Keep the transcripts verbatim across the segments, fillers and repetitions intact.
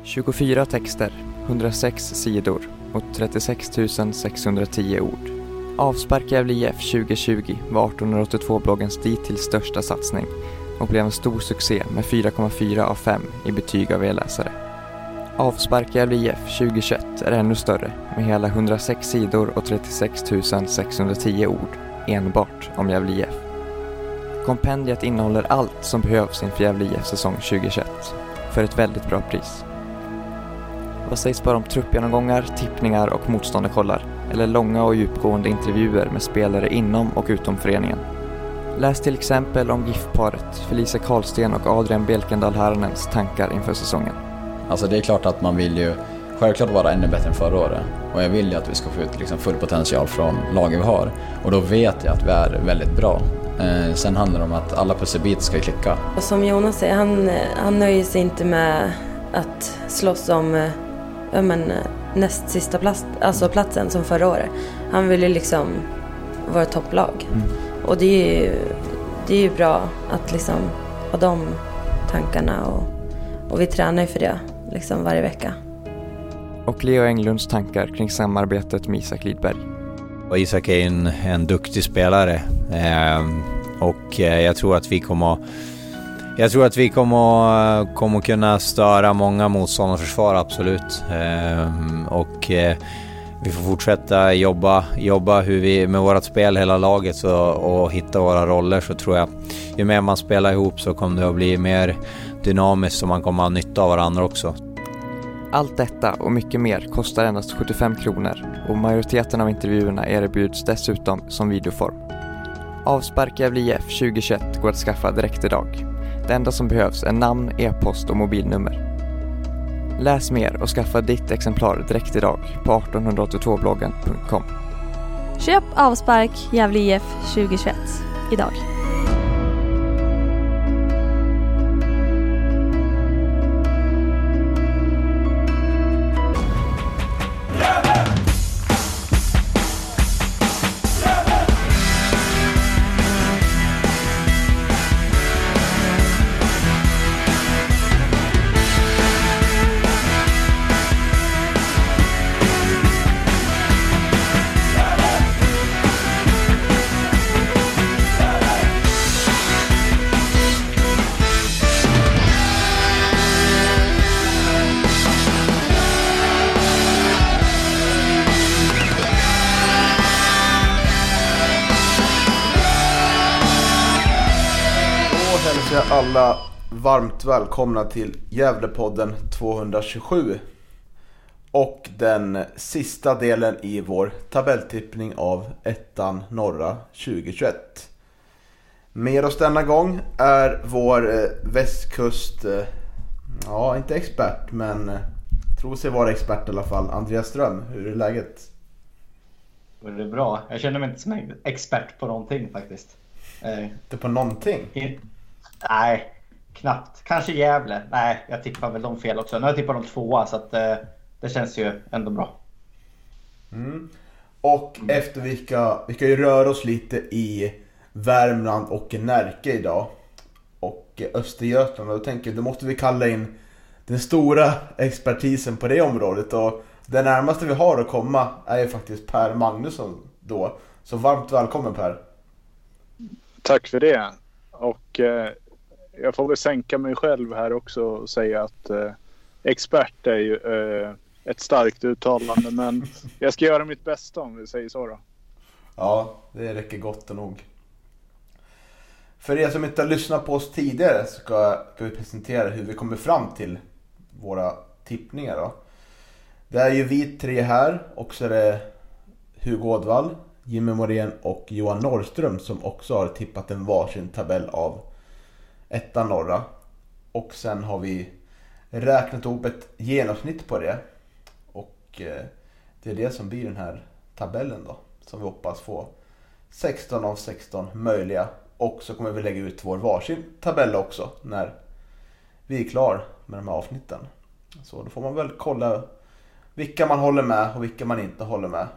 tjugofyra texter, hundrasex sidor och trettiosex tusen sexhundratio ord. Avspark Gävle I F tjugo tjugo var artonhundraåttiotvå-bloggens dittills största satsning och blev en stor succé med fyra komma fyra av fem i betyg av er läsare. Avspark Gävle I F tjugo tjugoett är ännu större med hela hundrasex sidor och trettiosex tusen sexhundratio ord enbart om Gävle I F. Kompendiet innehåller allt som behövs inför Gävle I F säsong tjugo tjugoett för ett väldigt bra pris. Vad sägs bara om truppgenomgångar, tippningar och motståndarkollar eller långa och djupgående intervjuer med spelare inom och utom föreningen. Läs till exempel om GIF-paret Felicia Karlsten och Adrian Belkendal-Harnens tankar inför säsongen. Alltså det är klart att man vill ju självklart vara ännu bättre än förra året. Och jag vill ju att vi ska få ut liksom full potential från laget vi har. Och då vet jag att vi är väldigt bra. Eh, sen handlar det om att alla pusselbitar ska klicka. Som Jonas säger, han, han nöjer sig inte med att slåss om ja, men, näst sista plats, alltså platsen som förra året. Han vill ju liksom vara ett topplag. Mm. Och det är ju, det är ju bra att liksom ha de tankarna och, och vi tränar ju för det liksom varje vecka. Och Leo Englunds tankar kring samarbetet med Isak Lidberg. Och Isak är en, en duktig spelare eh, och eh, jag tror att vi kommer jag tror att vi kommer, kommer kunna störa många motståndarförsvar, absolut. Eh, och eh, vi får fortsätta jobba, jobba hur vi, med vårt spel hela laget så, och hitta våra roller, så tror jag ju mer man spelar ihop så kommer det att bli mer dynamiskt och man kommer att ha nytta av varandra också. Allt detta och mycket mer kostar endast sjuttiofem kronor och majoriteten av intervjuerna erbjuds dessutom som videoform. Avspark Gävle I F tjugo tjugoett går att skaffa direkt idag. Det enda som behövs är namn, e-post och mobilnummer. Läs mer och skaffa ditt exemplar direkt idag på arton åttiotvå bloggen punkt com. Köp Avspark Gävle I F tjugo tjugoett idag. Alla varmt välkomna till Gävlepodden tvåhundratjugosju och den sista delen i vår tabelltippning av ettan norra tjugo tjugoett. Med oss denna gång är vår eh, västkust, eh, ja inte expert men eh, tror sig vara expert i alla fall, Andreas Ström. Hur är läget? Det är bra, jag känner mig inte som expert på någonting faktiskt. Eh, inte på någonting? I- Nej, knappt. Kanske Gävle. Nej, jag tippar väl de fel också. Nu har jag tippat de tvåa så att eh, det känns ju ändå bra. Mm. Och mm. efter vi ska, vi ska ju röra oss lite i Värmland och Närke idag. Och Östergötland. Och då tänker jag, då måste vi kalla in den stora expertisen på det området. Och det närmaste vi har att komma är ju faktiskt Per Magnusson då. Så varmt välkommen Per. Tack för det. Och eh, jag får väl sänka mig själv här också och säga att eh, expert är ju eh, ett starkt uttalande, men jag ska göra mitt bästa om vi säger så då. Ja, det räcker gott och nog. För er som inte har lyssnat på oss tidigare så ska, ska vi presentera hur vi kommer fram till våra tippningar då. Det är ju vi tre här, och så är det Hugo Ådvall, Jimmy Morén och Johan Norrström som också har tippat en varsin tabell av ettan norra. Och sen har vi räknat ihop ett genomsnitt på det. Och eh, det är det som blir den här tabellen då. Som vi hoppas få sexton av sexton möjliga. Och så kommer vi lägga ut vår varsin tabell också när vi är klar med de här avsnitten. Så då får man väl kolla vilka man håller med och vilka man inte håller med.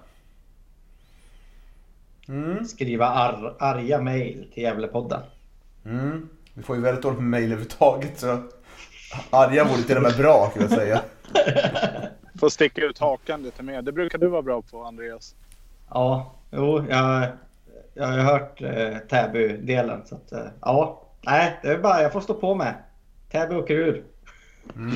Mm. Skriva ar- arga mejl till Gävlepodden. Mm. Vi får ju väldigt dåligt med mejl överhuvudtaget, så arga vore till och med bra kan jag säga. Får sticka ut hakan lite mer. Det brukar du vara bra på, Andreas. Ja, jo, jag, jag har hört eh, Täby-delen. Så att, eh, ja, nej, det är bara, jag får stå på med. Täby åker ur. Mm.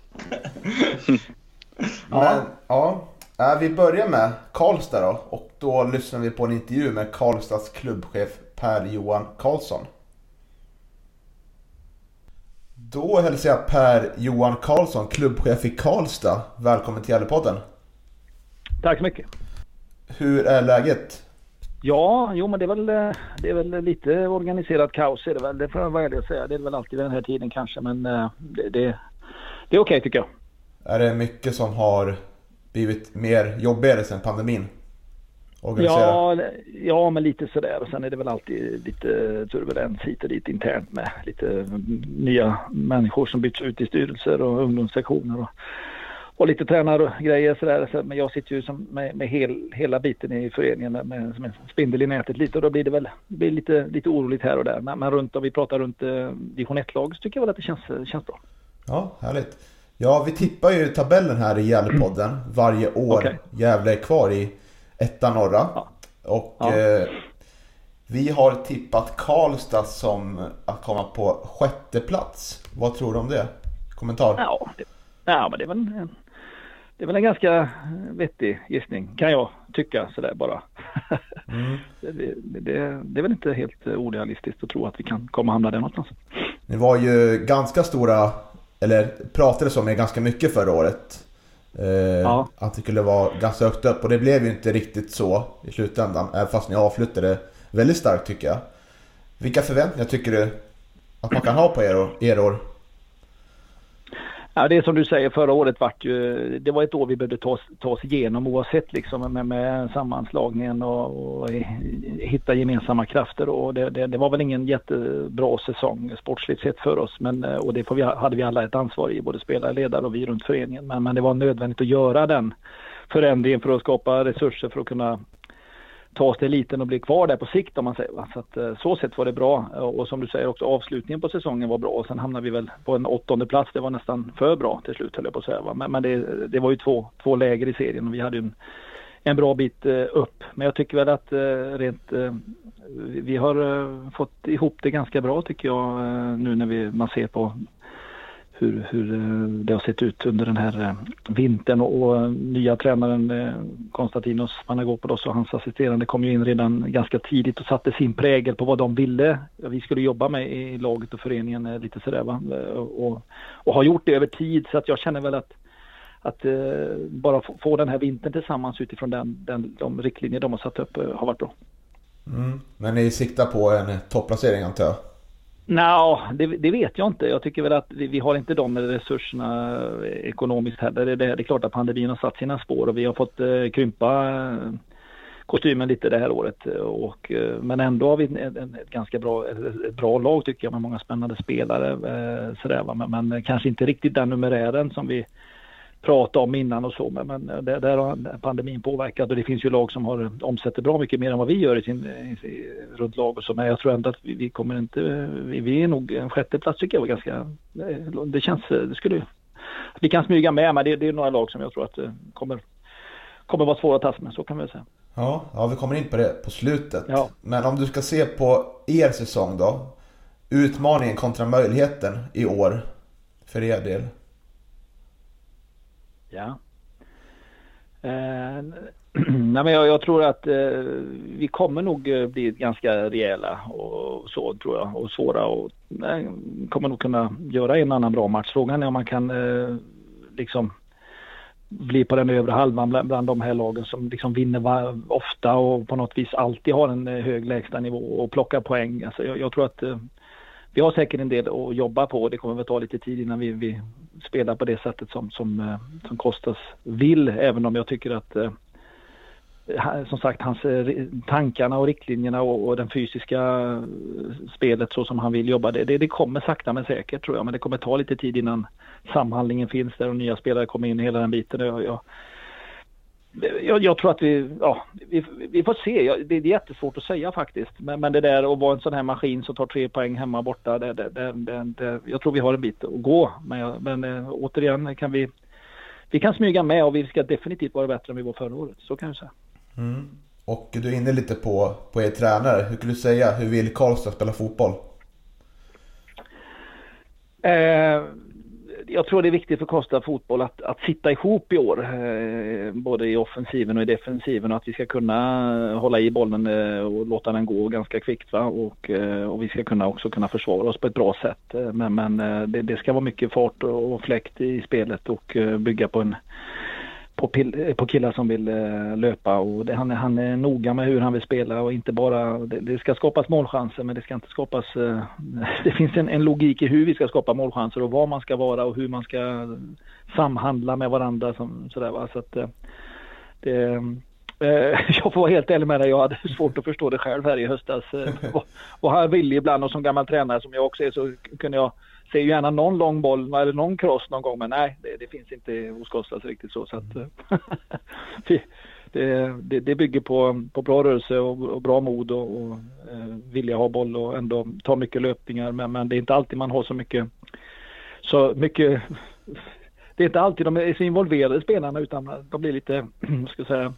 Men, ja. ja, vi börjar med Karlstad då. Och då lyssnar vi på en intervju med Karlstads klubbchef Per-Johan Karlsson. Då hälsar jag Per-Johan Karlsson, klubbchef i Karlstad. Välkommen till Gävlepodden. Tack så mycket. Hur är läget? Ja, jo men det är väl, det är väl lite organiserat kaos är det väl. Det får jag vara ärlig att säga. Det är väl alltid den här tiden kanske, men det, det, det är okej tycker jag. Är det mycket som har blivit mer jobbigare sen pandemin? Ja, ja, men lite sådär. Och sen är det väl alltid lite turbulens hit och dit internt med lite nya människor som byts ut i styrelser och ungdomssektioner och, och lite tränare och grejer sådär. Men jag sitter ju som med, med hel, hela biten i föreningen med, med, som en spindel i nätet lite, och då blir det väl det blir lite, lite oroligt här och där. Men, men runt om vi pratar runt eh, division ett-lag så tycker jag väl att det känns, känns bra. Ja, härligt. Ja, vi tippar ju tabellen här i Gävlepodden varje år. Okay. Gävle är kvar i etta norra. Ja. Och ja. Eh, vi har tippat Karlstad som att komma på sjätte plats. Vad tror du om det? Kommentar? Ja, det, ja men det är väl en, det är väl en ganska vettig gissning, kan jag tycka sådär bara. Mm. det, det, det, det är väl inte helt orealistiskt att tro att vi kan komma hamna där någonstans. Det var ju ganska stora, eller pratades om ganska mycket förra året. Eh, ja. Att det skulle vara ganska högt upp, och det blev ju inte riktigt så i slutändan, även fast ni avslutade väldigt starkt tycker jag. Vilka förväntningar tycker du att man kan ha på er år? Er år? Ja, det är som du säger, förra året var ju, det var ett år vi behövde ta, ta oss igenom oavsett liksom med, med sammanslagningen och, och hitta gemensamma krafter, och det, det, det var väl ingen jättebra säsong sportsligt sett för oss, men, och det får vi, hade vi alla ett ansvar i, både spelare, ledare och vi runt föreningen, men, men det var nödvändigt att göra den förändringen för att skapa resurser för att kunna ta oss till eliten och bli kvar där på sikt om man säger. Så att så sätt var det bra, och som du säger också avslutningen på säsongen var bra, och sen hamnade vi väl på en åttonde plats. Det var nästan för bra till slut höll jag på att säga, va? Men, men det, det var ju två, två läger i serien och vi hade ju en, en bra bit uh, upp, men jag tycker väl att uh, rent uh, vi har uh, fått ihop det ganska bra tycker jag uh, nu när vi, man ser på hur, hur det har sett ut under den här vintern, och, och nya tränaren Konstantinos Panagopoulos och hans assisterande kom ju in redan ganska tidigt och satte sin prägel på vad de ville vi skulle jobba med i laget och föreningen lite sådär, va? Och, och har gjort det över tid, så att jag känner väl att att uh, bara få, få den här vintern tillsammans utifrån den, den, de riktlinjer de har satt upp uh, har varit bra. Mm. Men ni siktar på en topplacering antar jag? Nej, det, det vet jag inte. Jag tycker väl att vi, vi har inte de resurserna ekonomiskt heller. Det, det är klart att pandemin har satt sina spår och vi har fått eh, krympa eh, kostymen lite det här året. Och, eh, men ändå har vi ett, ett ganska bra, ett, ett bra lag tycker jag med många spännande spelare. Eh, sådär, va? Men, men kanske inte riktigt den numerären som vi pratade om innan och så. Men, men där, där har pandemin påverkat, och det finns ju lag som har omsätter bra mycket mer än vad vi gör i sin i, runt lag och så. Men jag tror ändå att vi, vi kommer inte, vi, vi är nog en sjätte plats tycker jag var ganska, det känns, det skulle vi kan smyga med, men det, det är några lag som jag tror att kommer, kommer vara svåra att ta sig med, så kan vi säga. Ja, ja, vi kommer in på det på slutet. Ja. Men om du ska se på er säsong då, utmaningen kontra möjligheten i år för er del. Ja. Eh, nej, men jag, jag tror att eh, vi kommer nog bli ganska rejäla och så tror jag, och svåra, och nej, kommer nog kunna göra en annan bra match. Frågan är om man kan eh, liksom bli på den övre halvan bland, bland de här lagen som liksom vinner var, ofta och på något vis alltid har en hög lägsta nivå och plockar poäng. Alltså jag, jag tror att eh, vi har säkert en del att jobba på, och det kommer att ta lite tid innan vi, vi spelar på det sättet som, som, som Kostas vill, även om jag tycker att eh, som sagt hans tankarna och riktlinjerna och, och den fysiska spelet så som han vill jobba, det, det, det kommer sakta men säkert tror jag, men det kommer ta lite tid innan samhandlingen finns där och nya spelare kommer in i hela den biten. Jag, jag, Jag, jag tror att vi, ja, vi, vi får se. Jag, det är jättesvårt att säga faktiskt. Men, men det där att vara en sån här maskin som tar tre poäng hemma borta, det, det, det, det, det, jag tror vi har en bit att gå. Men, men äh, återigen kan vi vi kan smyga med och vi ska definitivt vara bättre än vi var förra året. Så kan jag säga. Mm. Och du är inne lite på, på er tränare. Hur kan du säga, hur vill Karlstad spela fotboll? Eh, jag tror det är viktigt för Karlstad fotboll att, att sitta ihop i år. Eh, både i offensiven och i defensiven. Och att vi ska kunna hålla i bollen eh, och låta den gå ganska kvickt. Va? Och, eh, och vi ska kunna också kunna försvara oss på ett bra sätt. Eh, men men eh, det, det ska vara mycket fart och, och fläkt i spelet och eh, bygga på en På, pill, på killar som vill eh, löpa och det, han, är, han är noga med hur han vill spela och inte bara, det, det ska skapas målchanser men det ska inte skapas, eh, det finns en, en logik i hur vi ska skapa målchanser och var man ska vara och hur man ska samhandla med varandra som, sådär va, så att eh, det, eh, jag får vara helt ärlig med dig, jag hade svårt att förstå det själv här i höstas eh, vad, vad han ville ibland och som gammal tränare som jag också är så kunde jag ser ju gärna någon lång boll eller någon cross någon gång men nej, det, det finns inte hos Karlstad riktigt så, så att det, det, det bygger på, på bra rörelse och, och bra mod och, och eh, vilja ha boll och ändå ta mycket löpningar men, men det är inte alltid man har så mycket så mycket det är inte alltid de är så involverade spelarna utan de blir lite ska jag säga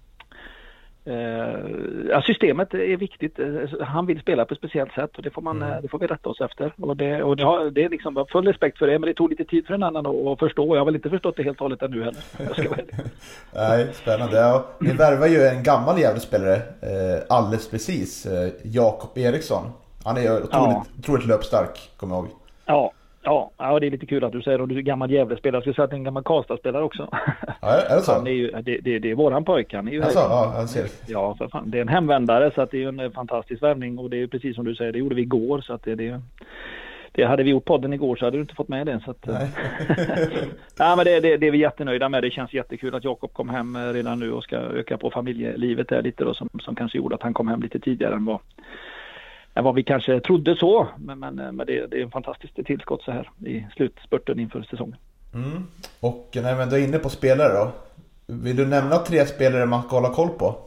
Uh, ja, systemet är viktigt. Han vill spela på ett speciellt sätt och det får man mm. det får vi rätta oss efter. Och det, och det, har, det är liksom full respekt för det men det tog lite tid för en annan att förstå. Jag har väl inte förstått det helt och hållet ännu heller. Jag ska vara Nej, spännande. Ja, ni värvar ju en gammal Gävlespelare eh, alldeles precis. Eh, Jakob Eriksson. Han är ju otroligt, ja. otroligt löpstark, kommer jag ihåg. Ja. Ja, ja, det är lite kul att du säger att du är gammal Gävlespelare. Jag skulle säga att det är en gammal Karlstad-spelare också. Ja, är det så? Han är ju, det, det, det är våran pojk. Han är ju alltså, ja, jag ser. Ja, för fan. Det är en hemvändare så att det är ju en fantastisk värvning. Och det är ju precis som du säger, det gjorde vi igår. Så att det, det, det hade vi gjort podden igår så hade du inte fått med det. Så att, Nej. ja, men det, det, det är vi jättenöjda med. Det känns jättekul att Jakob kom hem redan nu och ska öka på familjelivet där lite då, som, som kanske gjorde att han kom hem lite tidigare än vad än vad vi kanske trodde så, men, men, men det, det är en fantastisk tillskott så här i slutspurten inför säsongen. Mm. Och när vi ändå är inne på spelare då, vill du nämna tre spelare man ska hålla koll på?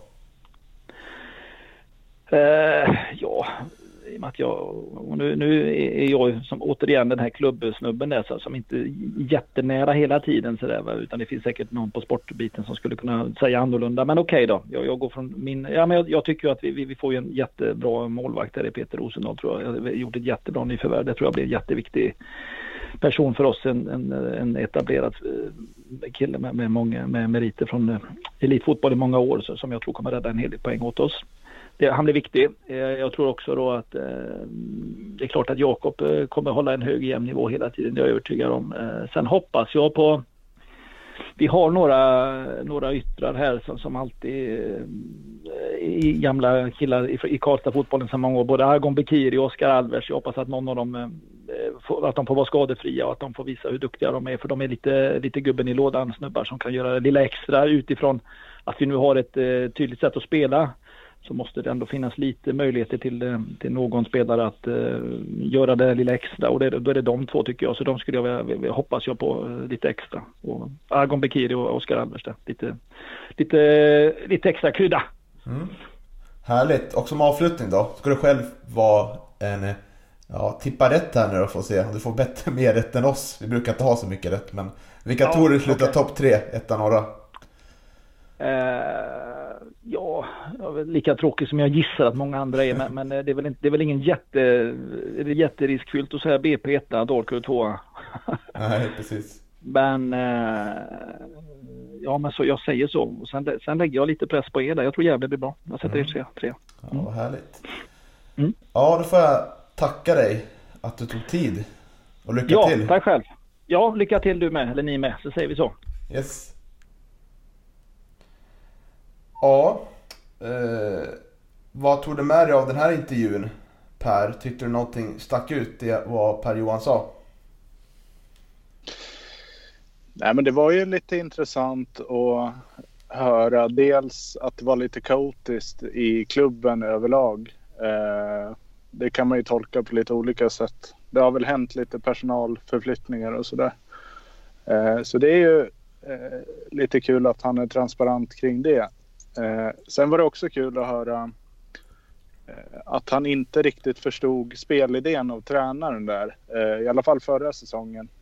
Uh, ja, i och med att jag, och nu, nu är jag som återigen den här klubbsnubben där så, som inte är jättenära hela tiden så där, va? Utan det finns säkert någon på sportbiten som skulle kunna säga annorlunda, men okej okay då, jag, jag går från min, ja men jag, jag tycker ju att vi, vi, vi får ju en jättebra målvakt där i Peter Rosendahl tror jag, jag har gjort ett jättebra nyförvärv, det tror jag blir en jätteviktig person för oss, en, en, en etablerad kille med, med många med meriter från elitfotboll i många år så, som jag tror kommer rädda en hel del poäng åt oss. Det, han blir viktig. Jag tror också då att eh, det är klart att Jakob eh, kommer hålla en hög jämn nivå hela tiden. Det är jag övertygad om. Eh, sen hoppas jag på... Vi har några, några yttrar här som, som alltid eh, i gamla killar i, i Karlstad-fotbollen sedan många år. Både Argon Bekiri och Oskar Alvers. Jag hoppas att någon av dem eh, får, att de får vara skadefria och att de får visa hur duktiga de är. För de är lite, lite gubben i lådan snubbar som kan göra det lilla extra utifrån att vi nu har ett eh, tydligt sätt att spela. Så måste det ändå finnas lite möjligheter till, till någon spelare att uh, göra det lilla extra. Och det, då är det de två tycker jag. Så de skulle jag vilja, hoppas jag på uh, lite extra. Och Argon Bekiri och Oskar Alvers där. Lite, lite, lite extra krydda. Mm. Härligt. Och som avslutning då. Ska du själv vara en... Ja, tippa rätt här nu då för att se om du får bättre mer rätt än oss. Vi brukar inte ha så mycket rätt. Men vilka ja, tror du slutar okay. topp tre? Ettan norra? Uh... Ja, lika tråkigt som jag gissar att många andra är, men, men det, är väl inte, det är väl ingen jätte, det är jätteriskfyllt att säga B P ett, Dalkurd två. Nej, precis. Men ja, men så jag säger så. Och sen, sen lägger jag lite press på er där. Jag tror jävligt blir bra. Jag sätter mm. er tre. tre. Mm. Ja, vad härligt. Mm. Ja, då får jag tacka dig att du tog tid. Och lycka ja, till. Ja, tack själv. Ja, lycka till du med, eller ni med, så säger vi så. Yes. Ja, eh, vad tog du med dig av den här intervjun, Per? Tyckte du någonting stack ut det vad Per Johan sa? Nej, men det var ju lite intressant att höra dels att det var lite kaotiskt i klubben överlag. Eh, det kan man ju tolka på lite olika sätt. Det har väl hänt lite personalförflyttningar och sådär. Eh, så det är ju eh, lite kul att han är transparent kring det. Eh, sen var det också kul att höra eh, att han inte riktigt förstod spelidén av tränaren där. Eh, I alla fall förra säsongen.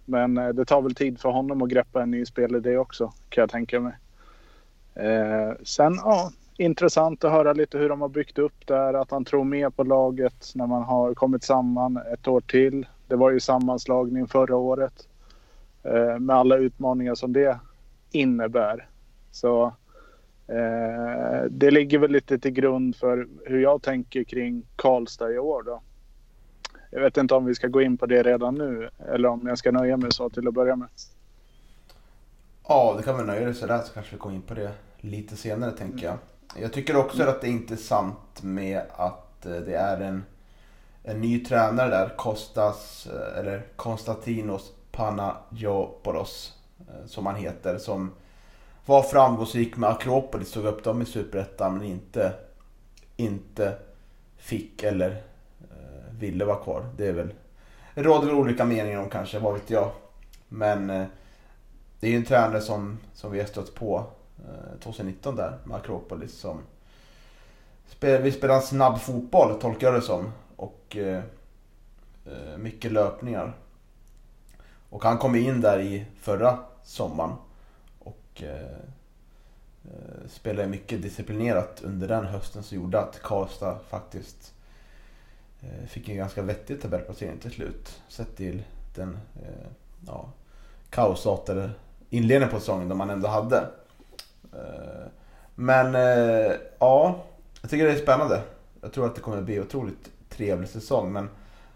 Men eh, det tar väl tid för honom att greppa en ny spelidé också, kan jag tänka mig. Eh, sen, ja, intressant att höra lite hur de har byggt upp där. Att han tror mer på laget när man har kommit samman ett år till. Det var ju sammanslagning förra året. Eh, med alla utmaningar som det innebär. Så eh, det ligger väl lite till grund för hur jag tänker kring Karlstad i år då. Jag vet inte om vi ska gå in på det redan nu eller om jag ska nöja mig så till att börja med. Ja, det kan vi nöja oss sådär, så kanske vi går in på det lite senare, tänker jag. Jag tycker också att det är intressant med att det är en, en ny tränare där, Kostas, eller Konstantinos Panagiopoulos, som han heter, som var framgångsrik med Akropolis, tog upp dem i Superettan men inte, inte fick eller eh, ville vara kvar. Det är väl, det råder väl olika meningar om kanske, vad vet jag. Men eh, det är ju en tränare som, som vi har stött på eh, tjugonitton där med Akropolis, som spel, vi spelar snabb fotboll, tolkar jag det som, och eh, eh, mycket löpningar. Och han kom in där i förra sommaren och eh, eh, spelade mycket disciplinerat under den hösten, som gjorde att Karlstad faktiskt eh, fick en ganska vettig tabellplacering till slut, sett till den eh, ja, kaosartade inledningen på säsongen de man ändå hade. Eh, men eh, ja, jag tycker det är spännande. Jag tror att det kommer bli otroligt trevlig säsong. Men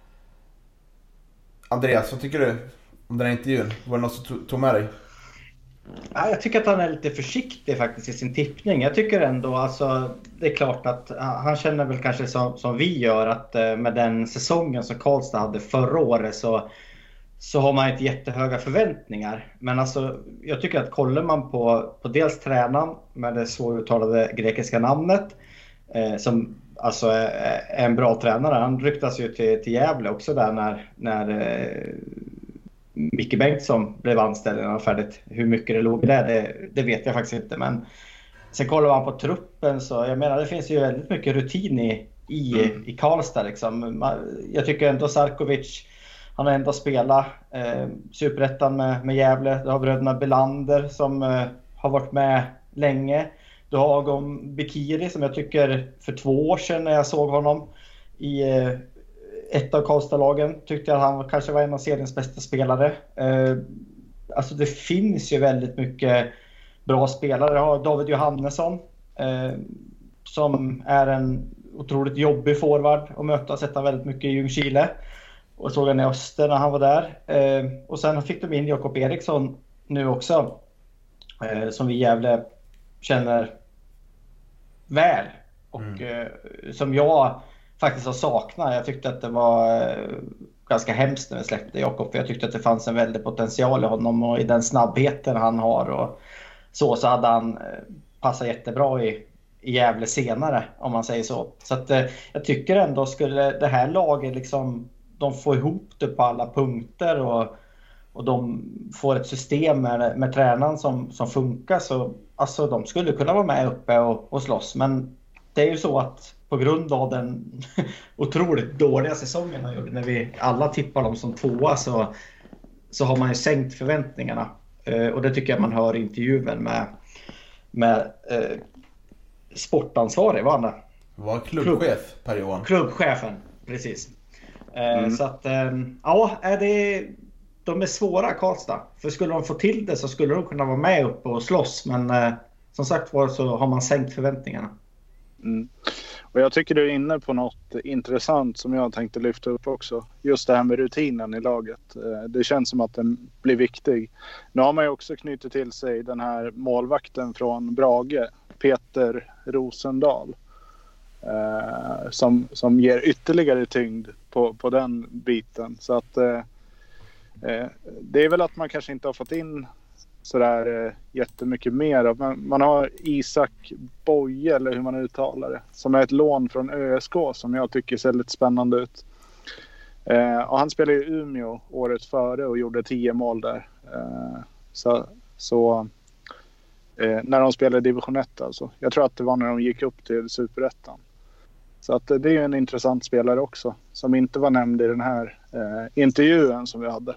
Andreas, vad tycker du om den här intervjun? Var det något som tog med dig? Ja, jag tycker att han är lite försiktig faktiskt i sin tippning. Jag tycker ändå, alltså, det är klart att han känner väl kanske som, som vi gör, att med den säsongen som Karlstad hade förra året så, så har man inte jättehöga förväntningar. Men alltså, jag tycker att kollar man på, på dels tränaren med det svåruttalade grekiska namnet, eh, som alltså är, är en bra tränare. Han ryktas ju till, till Gävle också där när, när eh, Micke Bengtsson blev anställd innan färdigt. Hur mycket det låg där, det, det vet jag faktiskt inte. Men sen kollar man på truppen, så jag menar, det finns ju väldigt mycket rutin i, i, mm. i Karlstad liksom. Jag tycker ändå Sarkovic, han har ändå spelat eh, Superettan med, med Gävle. Du har bröderna Belander som eh, har varit med länge. Du har Agom Bekiri som jag tycker för två år sedan när jag såg honom i eh, ett av Karlstad-lagen tyckte jag att han kanske var en av seriens bästa spelare. Eh, alltså det finns ju väldigt mycket bra spelare. Jag har David Johannesson eh, som är en otroligt jobbig forward och möta och sätta väldigt mycket i Ljungskile. Och såg han i Öster när han var där. Eh, och sen fick de in Jakob Eriksson nu också. Eh, som vi Gävle känner väl. Och mm. eh, som jag faktiskt har saknat. Jag tyckte att det var eh, ganska hemskt när vi släppte Jakob. För jag tyckte att det fanns en väldig potential i honom. Och i den snabbheten han har. Och så, så hade han eh, passat jättebra i, i Gävle senare. Om man säger så. Så att, eh, jag tycker ändå skulle det här laget liksom, de får ihop det på alla punkter och, och de får ett system med, med tränaren som, som funkar, så alltså, de skulle kunna vara med uppe och, och slåss. Men det är ju så att på grund av den otroligt dåliga säsongen de gjorde, när vi alla tippar dem som tvåa, så, så har man ju sänkt förväntningarna. Eh, och det tycker jag man hör i intervjun med, med eh, sportansvarig, var han där? Var klubbchef Per Johan. Klubbchefen, precis. Mm. Så att, ja, är det, de är svåra Karlstad. För skulle de få till det så skulle de kunna vara med upp och slåss. Men som sagt var så har man sänkt förväntningarna. Mm. Och jag tycker du är inne på något intressant som jag tänkte lyfta upp också. Just det här med rutinen i laget. Det känns som att den blir viktig. Nu har man ju också knutit till sig den här målvakten från Brage, Peter Rosendahl. Eh, som, som ger ytterligare tyngd på, på den biten. Så att eh, eh, det är väl att man kanske inte har fått in sådär eh, jättemycket mer. Man, man har Isak Boye, eller hur man uttalar det, som är ett lån från Ö S K som jag tycker ser lite spännande ut. Eh, och han spelade i Umeå året före och gjorde tio mål där. Eh, så så eh, när de spelade division ett alltså. Jag tror att det var när de gick upp till Superettan. Så att det är en intressant spelare också, som inte var nämnd i den här eh, intervjun som vi hade.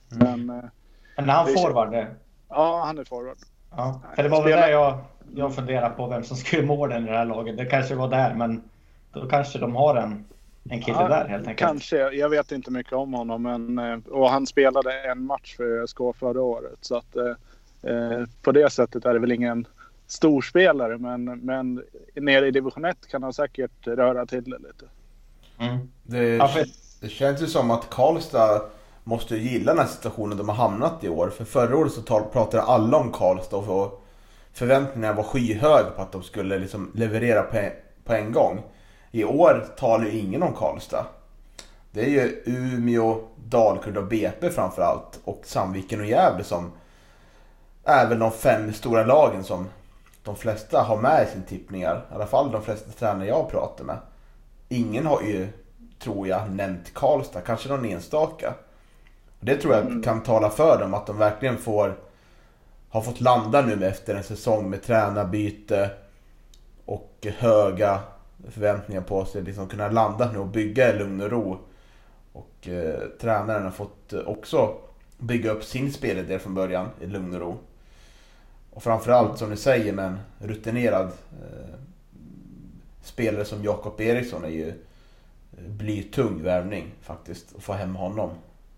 Mm. Men, Men han forward det? Ja, han är forward. Ja, för det var väl där jag, jag funderade på vem som skulle målen i det här laget. Det kanske var där, men då kanske de har en, en kille ja, där helt enkelt. Kanske, jag vet inte mycket om honom. Men, och han spelade en match för S K förra året. Så att eh, på det sättet är det väl ingen storspelare. Men, men nere i division ett kan han säkert röra till det lite. Mm. Det, det känns ju som att Karlstad måste gilla den här situationen de har hamnat i år. För förra året så pratade alla om Karlstad och förväntningarna var skyhöga på att de skulle liksom leverera på en, på en gång. I år talar ju ingen om Karlstad. Det är ju Umeå, Dalkurd och B P framförallt och Sandviken och Gävle som är väl de fem stora lagen som de flesta har med i sin tippningar. I alla fall de flesta tränare jag pratar med. Ingen har ju, tror jag, nämnt Karlstad. Kanske någon enstaka. Det tror jag kan tala för dem att de verkligen får har fått landa nu efter en säsong med tränarbyte och höga förväntningar på sig. Liksom kunna landa nu och bygga i lugn och ro. Och eh, tränaren har fått också bygga upp sin spelidé från början i lugn och ro. Och framförallt som ni säger med en rutinerad eh, spelare som Jakob Eriksson är ju blytung värvning faktiskt att få hem honom.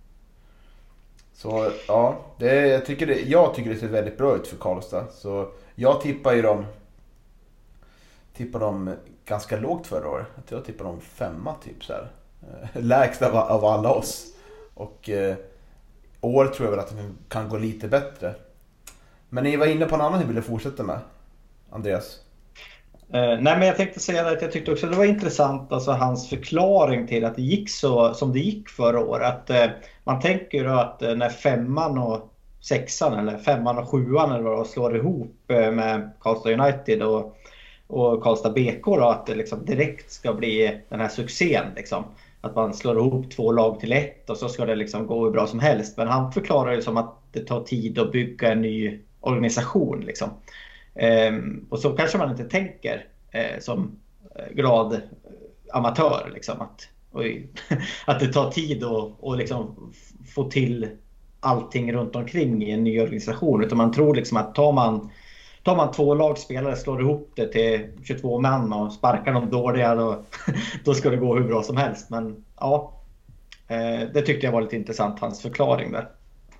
Så ja, det, jag, tycker det, jag tycker det ser väldigt bra ut för Karlstad. Så jag tippar ju dem tippar dem ganska lågt förra året. Jag tippar dem femma typ så här. Lägst av, av alla oss. Och eh, år tror jag väl att det kan gå lite bättre. Men ni var inne på en annan ni ville fortsätta med, Andreas. Uh, nej men jag tänkte säga att jag tyckte också att det var intressant, alltså hans förklaring till att det gick så som det gick förra året. Att, uh, man tänker ju att uh, när femman och sexan eller femman och sjuan eller vad slår ihop uh, med Karlstad United och, och Karlstad B K då, att det liksom direkt ska bli den här succén liksom. Att man slår ihop två lag till ett och så ska det liksom gå hur bra som helst. Men han förklarar ju som att det tar tid att bygga en ny organisation liksom. Um, och så kanske man inte tänker uh, som glad amatör liksom, att, oj, att det tar tid att och liksom få till allting runt omkring i en ny organisation, utan man tror liksom att tar man, tar man två lagspelare, slår ihop det till tjugotvå män och sparkar dem dåliga, då, då ska det gå hur bra som helst. Men ja, uh, det tyckte jag var lite intressant, hans förklaring där.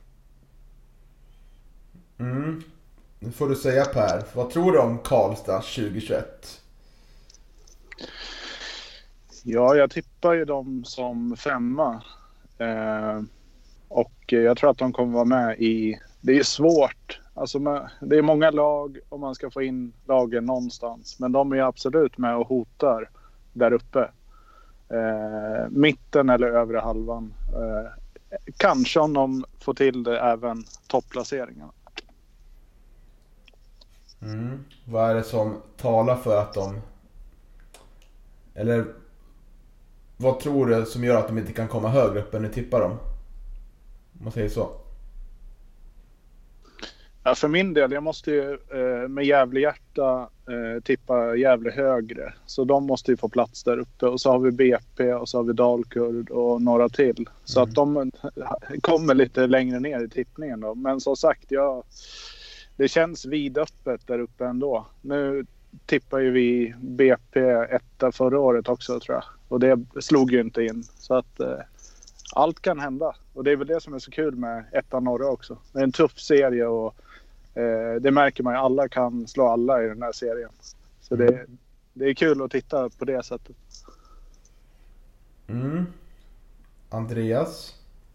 Mm. Nu får du säga Per, vad tror du om Karlstad tjugohundratjugoett? Ja, jag tippar ju dem som femma. Eh, och jag tror att de kommer vara med i... Det är svårt. Alltså med, det är många lag och man ska få in lagen någonstans. Men de är absolut med och hotar där uppe. Eh, mitten eller övre halvan. Eh, kanske om de får till det även topplaceringarna. Mm. Vad är det som talar för att de... Eller vad tror du som gör att de inte kan komma högre upp än ni tippar dem? Om man säger så. Ja, för min del, jag måste ju eh, med Gävle hjärta eh, tippa Gävle högre. Så de måste ju få plats där uppe. Och så har vi B P och så har vi Dalkurd och några till. Så mm. att de kommer lite längre ner i tippningen då. Men som sagt, jag... Det känns vidöppet där uppe ändå. Nu tippar ju vi B P etta förra året också tror jag. Och det slog ju inte in. Så att eh, allt kan hända. Och det är väl det som är så kul med etta norra också. Det är en tuff serie och eh, det märker man ju. Alla kan slå alla i den här serien. Så mm. det, det är kul att titta på det sättet. Mm. Andreas?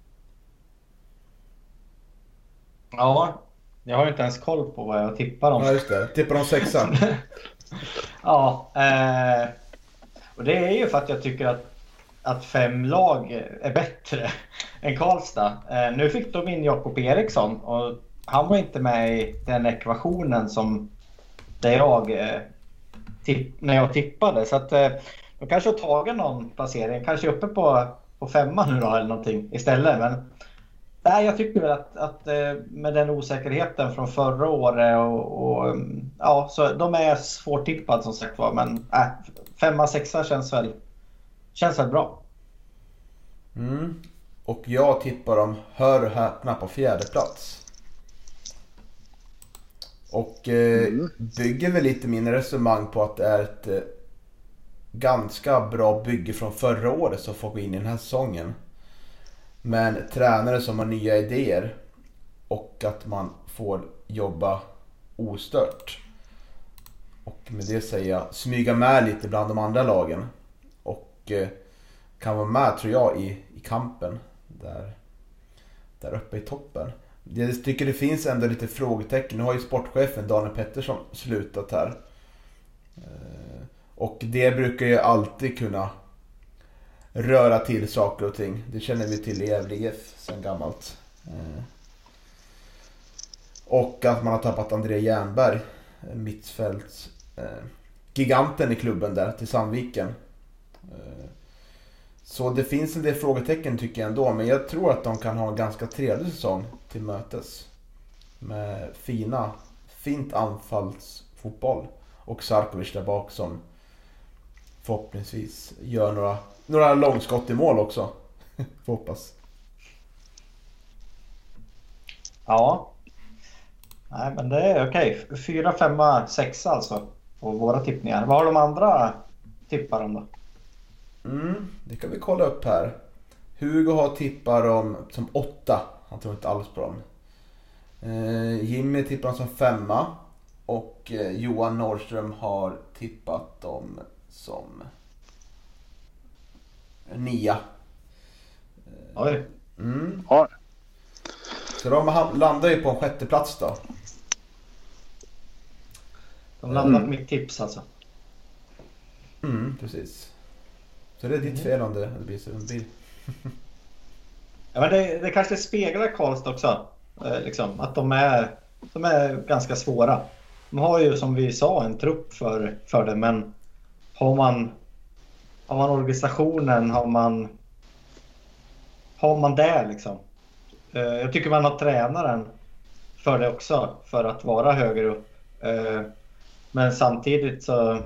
Ja, jag har ju inte ens koll på vad jag tippar om. Ja, just det. Tippar om sexan. ja, eh, och det är ju för att jag tycker att, att fem lag är bättre än Karlstad. Eh, nu fick de in Jakob Eriksson och han var inte med i den ekvationen som där jag, eh, tipp, när jag tippade. Så att eh, de kanske har tagit någon placering, kanske uppe på, på femma nu då eller någonting istället. Men nej, jag tycker väl att, att med den osäkerheten från förra året och, och ja, så de är svårtippade som sagt var, men äh, femma, sexa känns väl känns väl bra. Mm. Och jag tippar dem, hör och häpna, på fjärde plats. Och eh, mm. bygger väl lite min resonemang på att det är ett eh, ganska bra bygge från förra året som får gå in i den här säsongen. Men tränare som har nya idéer och att man får jobba ostört. Och med det säger jag, smyga med lite bland de andra lagen. Och eh, kan vara med, tror jag, i, i kampen där, där uppe i toppen. Jag tycker det finns ändå lite frågetecken. Nu har ju sportchefen Daniel Pettersson slutat här. Eh, och det brukar ju alltid kunna röra till saker och ting. Det känner vi till i Gävle I F sedan gammalt. Eh, och att man har tappat André Jernberg, mittfälts eh, giganten i klubben där, till Sandviken. Eh, så det finns en del frågetecken tycker jag ändå. Men jag tror att de kan ha en ganska trevlig säsong till mötes. Med fina, fint anfallsfotboll. Och Sarkovic där bak som förhoppningsvis gör några, några långskott i mål också. Får hoppas. Ja. Nej, men det är okej. Fyra, femma, sex alltså på våra tippningar. Vad har de andra tippar om då? Mm, det kan vi kolla upp här. Hugo har tippar om som åtta. Han tror inte alls på dem. Eh, Jimmy tippar dem som femma. Och eh, Johan Norrström har tippat dem som nia. Eh, Oj. Mm. Ja. Så de landar ju på en sjätte plats då. De landar på mm. mitt tips alltså. Mm, precis. Så det är ditt fel om det, det blir så det blir. Ja, men det, det kanske speglar Karlstad också. Eh, liksom, att de är, de är ganska svåra. De har ju, som vi sa, en trupp för, för det. Men har man, har man organisationen, har man, har man det liksom. Eh, jag tycker man har tränaren för det också. För att vara högre upp. Eh, men samtidigt så...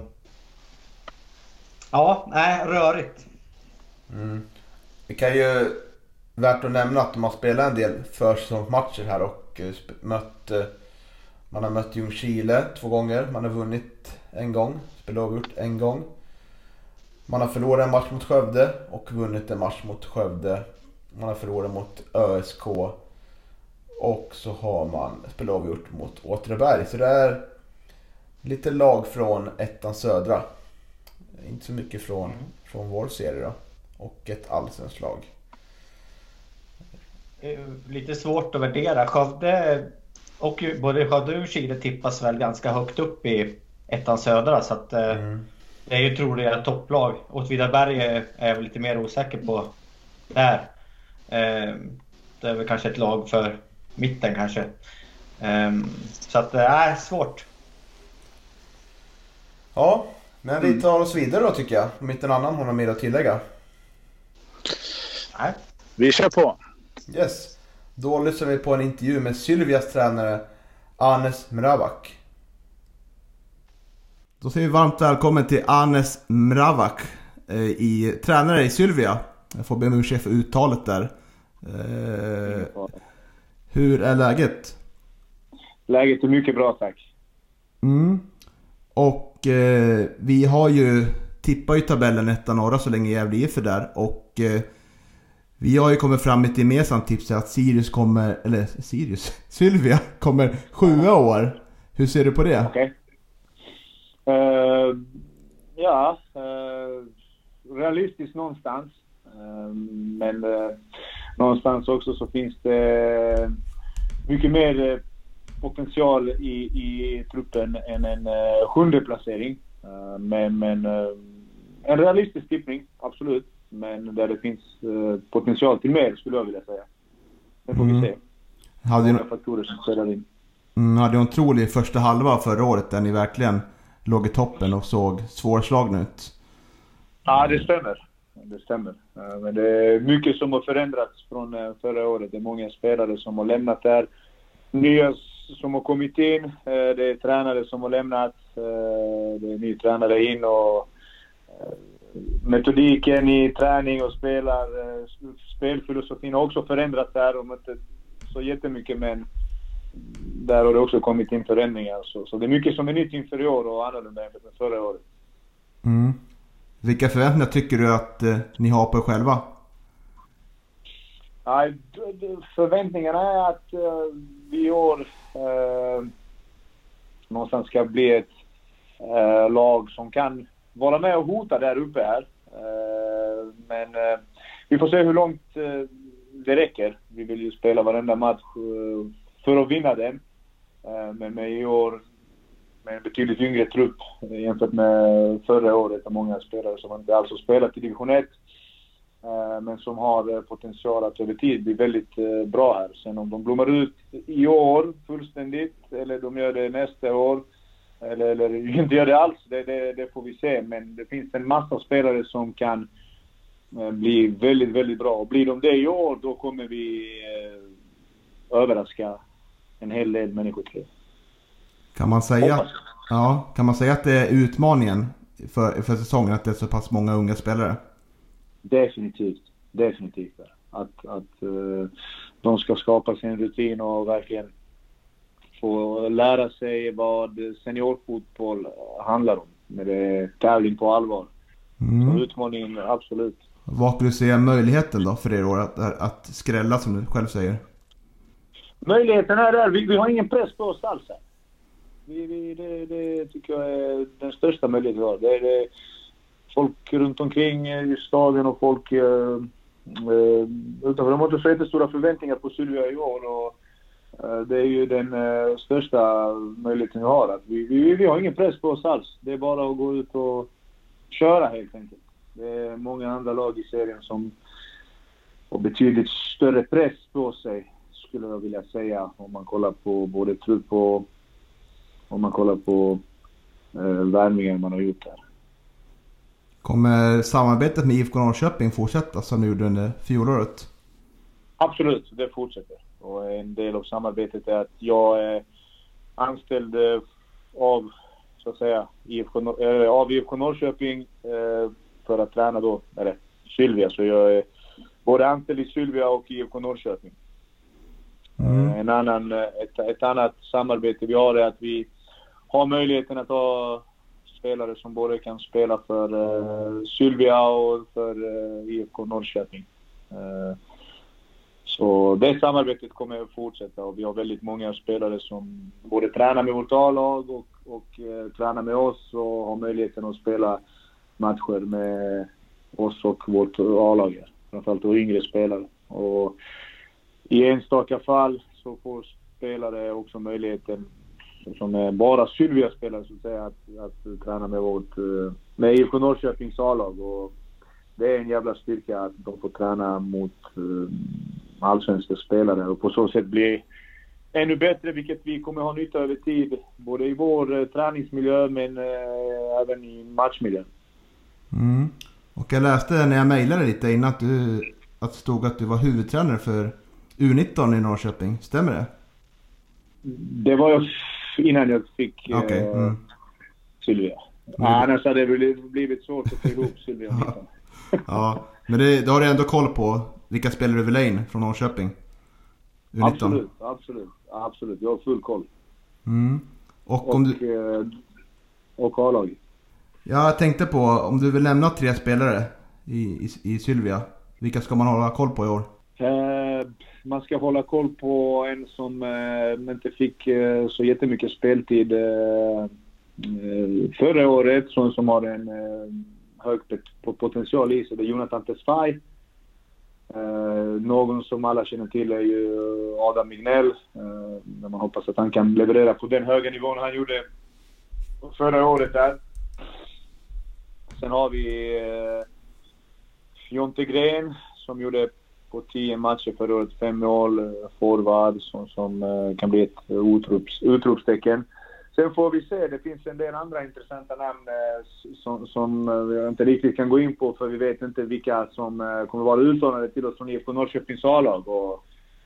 Ja, nej, rörigt. Mm. Det kan ju värt att nämna att de har spelat en del försäsongsmatcher här och mött, man har mött Ljungskile två gånger, man har vunnit en gång, spelat avgjort en gång. Man har förlorat en match mot Skövde och vunnit en match mot Skövde. Man har förlorat mot Ö S K och så har man spelat avgjort mot Åtvidaberg. Så det är lite lag från ettan södra. Inte så mycket från, mm. från vår serie då. Och ett allsvenskt lag. Lite svårt att värdera. Skövde och både Skövde och Ljungskile tippas väl ganska högt upp i ettan södra. Så att mm. det är ju troliga topplag. Åtvidaberg är jag väl lite mer osäker på där. Det är väl kanske ett lag för mitten kanske. Så att det är svårt. Ja. Men vi tar oss vidare då tycker jag. Om inte en annan har något mer att tillägga. Nej. Vi kör på. Yes. Då lyssnar vi på en intervju med Sylvias tränare Anes Mravak. Då säger vi varmt välkommen till Anes Mravak, i, tränare i Sylvia. Jag får be om ursäkt för uttalet där. Eh, hur är läget? Läget är mycket bra, tack. Mm. Och eh, vi har ju tippat i tabellen etta norra så länge Gävle I F är där. Och eh, vi har ju kommit fram med ett gemensamt tips att Sirius kommer, eller Sirius, Sylvia kommer sjua år. Hur ser du på det? Okej. Okay. Uh, ja, uh, realistiskt någonstans. Uh, men uh, någonstans också så finns det mycket mer uh, potential i, i truppen än en uh, sjunde placering. Uh, men men uh, en realistisk tippning, absolut. Men där det finns uh, potential till mer skulle jag vilja säga. Det får mm. vi se. Hade några faktorer som spelar in. Mm, hade en otrolig första halva förra året där ni verkligen låg i toppen och såg svårslagna ut. Ja, det stämmer. Det stämmer. Uh, men det är mycket som har förändrats från uh, förra året. Det är många spelare som har lämnat där. Nya som har kommit in. Uh, det är tränare som har lämnat. Uh, det är ny tränare in och uh, metodiken i träning och spelar, spelfilosofin har också förändrats där, om inte så jättemycket, men där har det också kommit in förändringar. Så, så det är mycket som är nytt inför i år och annorlunda än förra året. Mm. Vilka förväntningar tycker du att eh, ni har på er själva? Ja, förväntningarna är att uh, vi i år uh, någonstans ska bli ett uh, lag som kan vara med och hota där uppe här. Uh, men uh, vi får se hur långt uh, det räcker. Vi vill ju spela varenda match uh, för att vinna den. Uh, men med i år med en betydligt yngre trupp uh, jämfört med förra året och många spelare som inte alls har spelat i division ett. Men som har potential att över tid bli väldigt bra här. Sen om de blommar ut i år fullständigt, eller de gör det nästa år, eller, eller inte gör det alls, det, det, det får vi se. Men det finns en massa spelare som kan bli väldigt, väldigt bra. Och blir de det i år, då kommer vi eh, överraska en hel del människor till. Kan man säga, ja, kan man säga att det är utmaningen för, för säsongen, att det är så pass många unga spelare? Definitivt, definitivt. Att, att uh, de ska skapa sin rutin och verkligen få lära sig vad seniorfotboll handlar om. Med det tävling på allvar. Mm. Så utmaningen, absolut. Vad skulle du säga möjligheten då för er år att, att skrälla, som du själv säger? Möjligheten är där. Vi, vi har ingen press på oss alls här. Vi, vi, det, det tycker jag är den största möjligheten vi har. Det är det. Folk runt omkring i stadion och folk eh, eh, utanför. De har inte så jättestora förväntningar på Sylvia i år, och eh, det är ju den eh, största möjligheten vi har. Att vi, vi, vi har ingen press på oss alls. Det är bara att gå ut och köra helt enkelt. Det är många andra lag i serien som har betydligt större press på sig, skulle jag vilja säga, om man kollar på både trupp och om man kollar på eh, värvningar man har gjort här. Kommer samarbetet med I F K Norrköping fortsätta som ni gjorde under fjolåret? Absolut, det fortsätter. Och en del av samarbetet är att jag är anställd av, så att säga, I F K, äh, av I F K Norrköping äh, för att träna då, eller Sylvia. Så jag är både anställd i Sylvia och I F K Norrköping. Mm. En annan, ett, ett annat samarbete vi har är att vi har möjligheten att ha spelare som både kan spela för uh, Sylvia och för uh, I F K Norrköping. Uh, så det samarbetet kommer att fortsätta, och vi har väldigt många spelare som både tränar med vårt A-lag och, och uh, tränar med oss och har möjligheten att spela matcher med oss och vårt A-lag. Framförallt och yngre spelare. Och i enstaka fall så får spelare också möjligheten som är bara Sylvia-spelare, så att säga, att, att träna med vårt med I F K Norrköpings A-lag, och det är en jävla styrka att de får träna mot uh, allsvenska spelare och på så sätt bli ännu bättre, vilket vi kommer ha nytta över tid, både i vår uh, träningsmiljö men uh, även i matchmiljön. Mm. Och jag läste när jag mejlade lite innan att du att det stod att du var huvudtränare för U nitton i Norrköping, stämmer det? Det var jag innan jag fick okay. mm. uh, Sylvia. Mm. Annars hade det blivit svårt att få ihop Sylvia. Ja, men det, då har du ändå koll på vilka spelare du vill ha in från Norrköping? U nitton. Absolut, absolut. Absolut, jag har full koll. Mm. Och, om och, du... och A-lag. Ja, jag tänkte på om du vill nämna tre spelare i, i, i Sylvia. Vilka ska man hålla koll på i år? Eh, man ska hålla koll på en som eh, inte fick eh, så jättemycket speltid eh, förra året, som, som har en eh, hög potential i sig. Det är Jonathan Tesfaye. Eh, någon som alla känner till är ju Adam Mignell. Eh, man hoppas att han kan leverera på den höga nivån han gjorde förra året där. Sen har vi eh, Jonte Gren som gjorde på tio matcher förra året, fem mål, forward som, som uh, kan bli ett utrops, utropstecken. Sen får vi se, det finns en del andra intressanta namn uh, som, som uh, vi inte riktigt kan gå in på, för vi vet inte vilka som uh, kommer vara utlånade till oss från I F K Norrköpings A-lag, och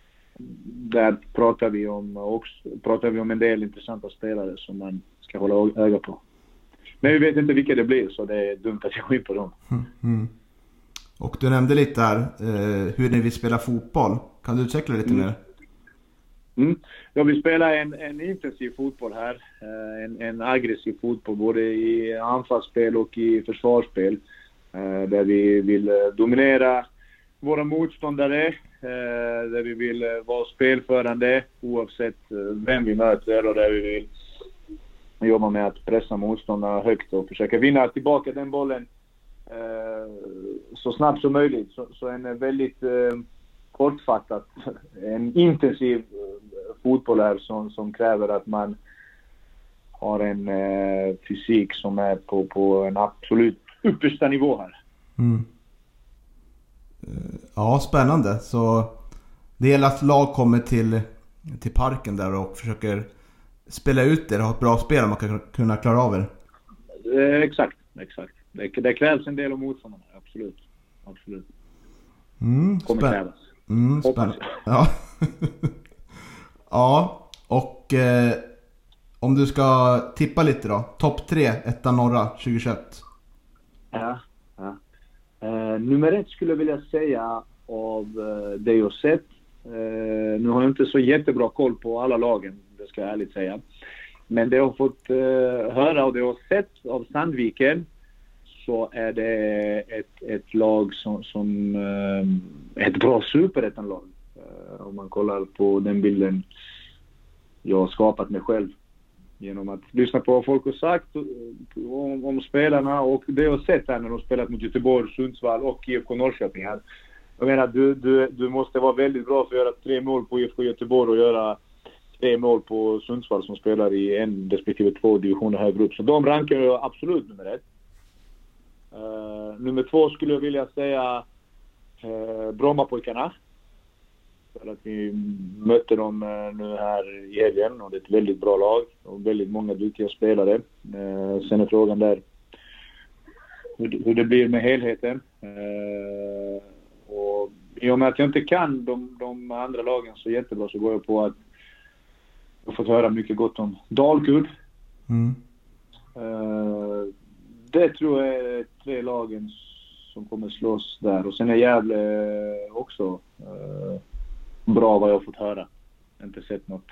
där pratar vi om också, pratar vi om en del intressanta spelare som man ska hålla öga på. Men vi vet inte vilka det blir, så det är dumt att jag går in på dem. Mm. Mm. Och du nämnde lite här eh, hur ni vill spela fotboll. Kan du utveckla lite mm. mer? Mm. Ja, vi spelar en, en intensiv fotboll här. Eh, en, en aggressiv fotboll både i anfallsspel och i försvarsspel. Eh, där vi vill eh, dominera våra motståndare. Eh, där vi vill eh, vara spelförande oavsett eh, vem vi möter. Och där vi vill jobba med att pressa motståndarna högt och försöka vinna tillbaka den bollen eh, så snabbt som möjligt. Så, så en väldigt eh, kortfattat, en intensiv eh, fotboll här som, som kräver att man har en eh, fysik som är på, på en absolut yppersta nivå här. Mm. Ja, spännande. Så det gäller att lag kommer till, till parken där och försöker spela ut det och ha ett bra spel om man kan kunna klara av det. Eh, exakt, exakt. Det, det krävs en del av motståndarna, absolut. Absolut. Mm, kommer spä- krävas. Mm, spännande. Ja. Ja, och eh, om du ska tippa lite då. Topp tre, etta norra, tjugohundratjugoett. Ja, ja. Eh, nummer ett skulle jag vilja säga av eh, det jag sett. Eh, nu har jag inte så jättebra koll på alla lagen, det ska jag ärligt säga. Men det jag har fått eh, höra och det jag har sett av Sandviken, så är det ett, ett lag som, som eh, ett bra superettanlag. Eh, om man kollar på den bilden jag har skapat mig själv. Genom att lyssna på vad folk har sagt om, om spelarna och det jag har sett här när de spelat mot Göteborg, Sundsvall och I F K Norrköping här. Jag menar, du, du, du måste vara väldigt bra för att göra tre mål på I F K Göteborg och göra tre mål på Sundsvall som spelar i en respektive två divisioner högre upp. Så de rankar jag absolut nummer ett. Uh, nummer två skulle jag vilja säga uh, Brommapojkarna. För att vi mötte dem uh, nu här i helgen och det är ett väldigt bra lag och väldigt många duktiga spelare. Uh, sen är frågan där hur, hur det blir med helheten. Uh, och i och med att jag inte kan de, de andra lagen så jättebra så går jag på att jag har fått höra mycket gott om Dalkurd. Mm. Uh, det tror jag är tre lagen som kommer slås där. Och sen är Gävle också uh, bra vad jag har fått höra. Jag har inte sett något.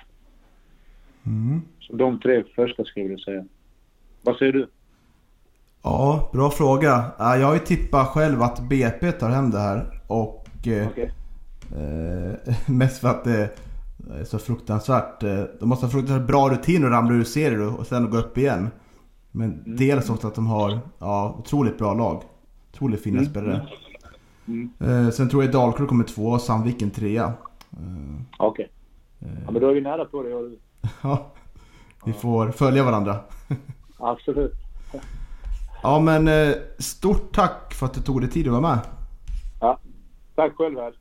Mm. Så de tre första skulle jag vilja säga. Vad säger du? Ja, bra fråga. Jag har ju tippat själv att B P tar hem det här. Och eh, okay. eh, mest för att det är så fruktansvärt. De måste ha fruktansvärt bra rutin och ramla ur serier och sen gå upp igen. Men mm. dels också att de har ja, otroligt bra lag. Otroligt fina mm. spelare. Mm. Eh, sen tror jag Dalkurd kommer två och Sandviken trea. Eh, Okej. Okay. Eh, ja, men då är vi nära på det. Ja, vi får följa varandra. Absolut. Ja, men eh, stort tack för att du tog dig tid att vara med. Ja, tack själv här.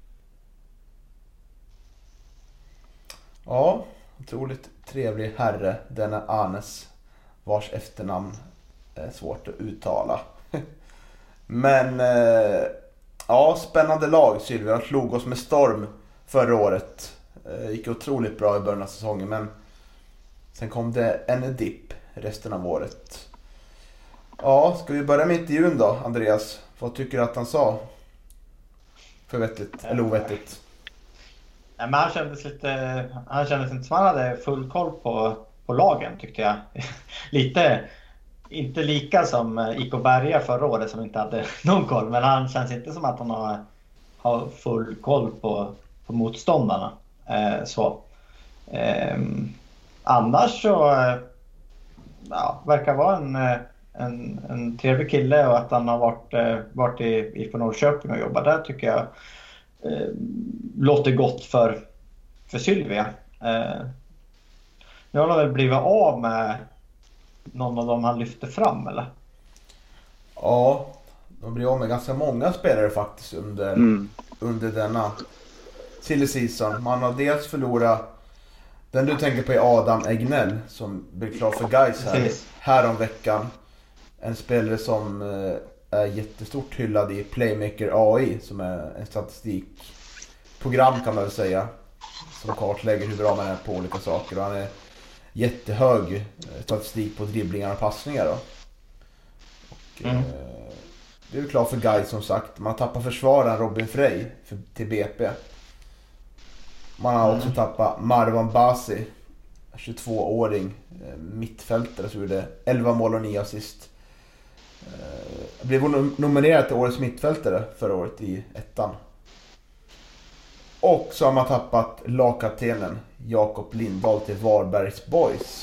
Ja, otroligt trevlig herre, denna Arnes, vars efternamn är svårt att uttala. Men eh, ja, spännande lag Sylvia. De slog oss med storm förra året. Eh, gick otroligt bra i början av säsongen, men sen kom det en dipp resten av året. Ja, ska vi börja med intervjun då, Andreas? Vad tycker du att han sa? För vettigt, eller ovettigt? Ja, men han kändes lite, han kändes inte som han hade full koll på, på lagen, tyckte jag. Lite, inte lika som I K Berga förra året som inte hade någon koll. Men han känns inte som att han har, har full koll på, på motståndarna. Eh, så. Eh, annars så ja, verkar vara en, en, en trevlig kille och att han har varit, varit i I F K Norrköping och jobbat där tycker jag eh, låter gott för, för Sylvia. Eh, nu har han väl blivit av med någon av dem han lyfte fram, eller? Ja, de blir av med ganska många spelare faktiskt under, mm. under denna silly season. Man har dels förlorat den du tänker på är Adam Egnell som blev klar för Gais här, här om veckan. En spelare som är jättestort hyllad i Playmaker A I som är en statistikprogram kan man väl säga. Som kartlägger hur bra man är på olika saker. Och han är jättehög statistik på dribblingar och passningar då. mm. eh, det är väl klart för Gais som sagt. Man tappar försvararen Robin Frey för, till B P. Man har också mm. tappat Marwan Basi, tjugotvååring eh, mittfältare som gjorde elva mål och nio assist. Eh, blev hon nominerad till årets mittfältare förra året i ettan. Och så har man tappat lagkaptenen Jakob Lindahl till Varbergs Boys.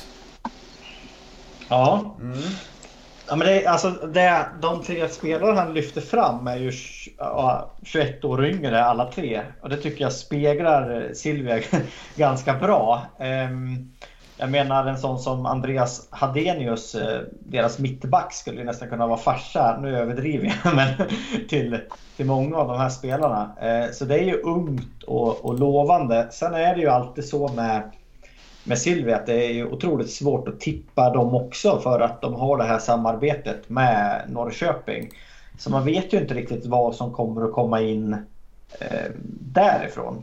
Ja. Mm. Ja, men det, alltså, det, de tre spelare han lyfter fram är ju ja, tjugoett år yngre alla tre. Och det tycker jag speglar Sylvia ganska bra. Um, jag menar en sån som Andreas Hadenius, deras mittback, skulle ju nästan kunna vara farsa. Nu överdriver jag, men till, till många av de här spelarna. Uh, så det är ju ungt och, och lovande. Sen är det ju alltid så med med Sylvia att det är ju otroligt svårt att tippa dem också, för att de har det här samarbetet med Norrköping. Så man vet ju inte riktigt vad som kommer att komma in eh, därifrån.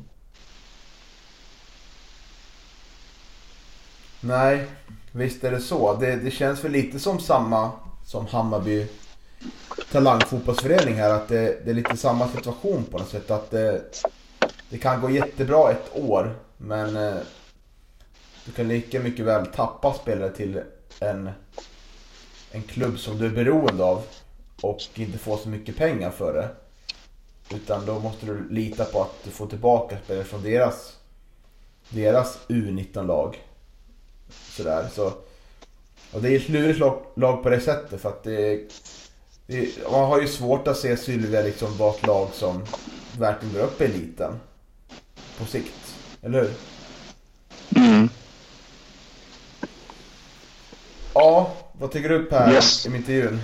Nej, visst är det så. Det, det känns väl lite som samma som Hammarby talangfotbollsförening här, att det, det är lite samma situation på något sätt. Att det, det kan gå jättebra ett år, men eh, du kan lika mycket väl tappa spelare till en, en klubb som du är beroende av och inte få så mycket pengar för det. Utan då måste du lita på att du får tillbaka spelare från deras, deras U nitton-lag. Sådär. Så, och det är ett lurigt lag, lag på det sättet, för att det, det, man har ju svårt att se Sylvia liksom vara ett lag som verkligen går upp i eliten på sikt. Eller hur? Mm. Ja, vad tycker du upp här yes. i intervjun?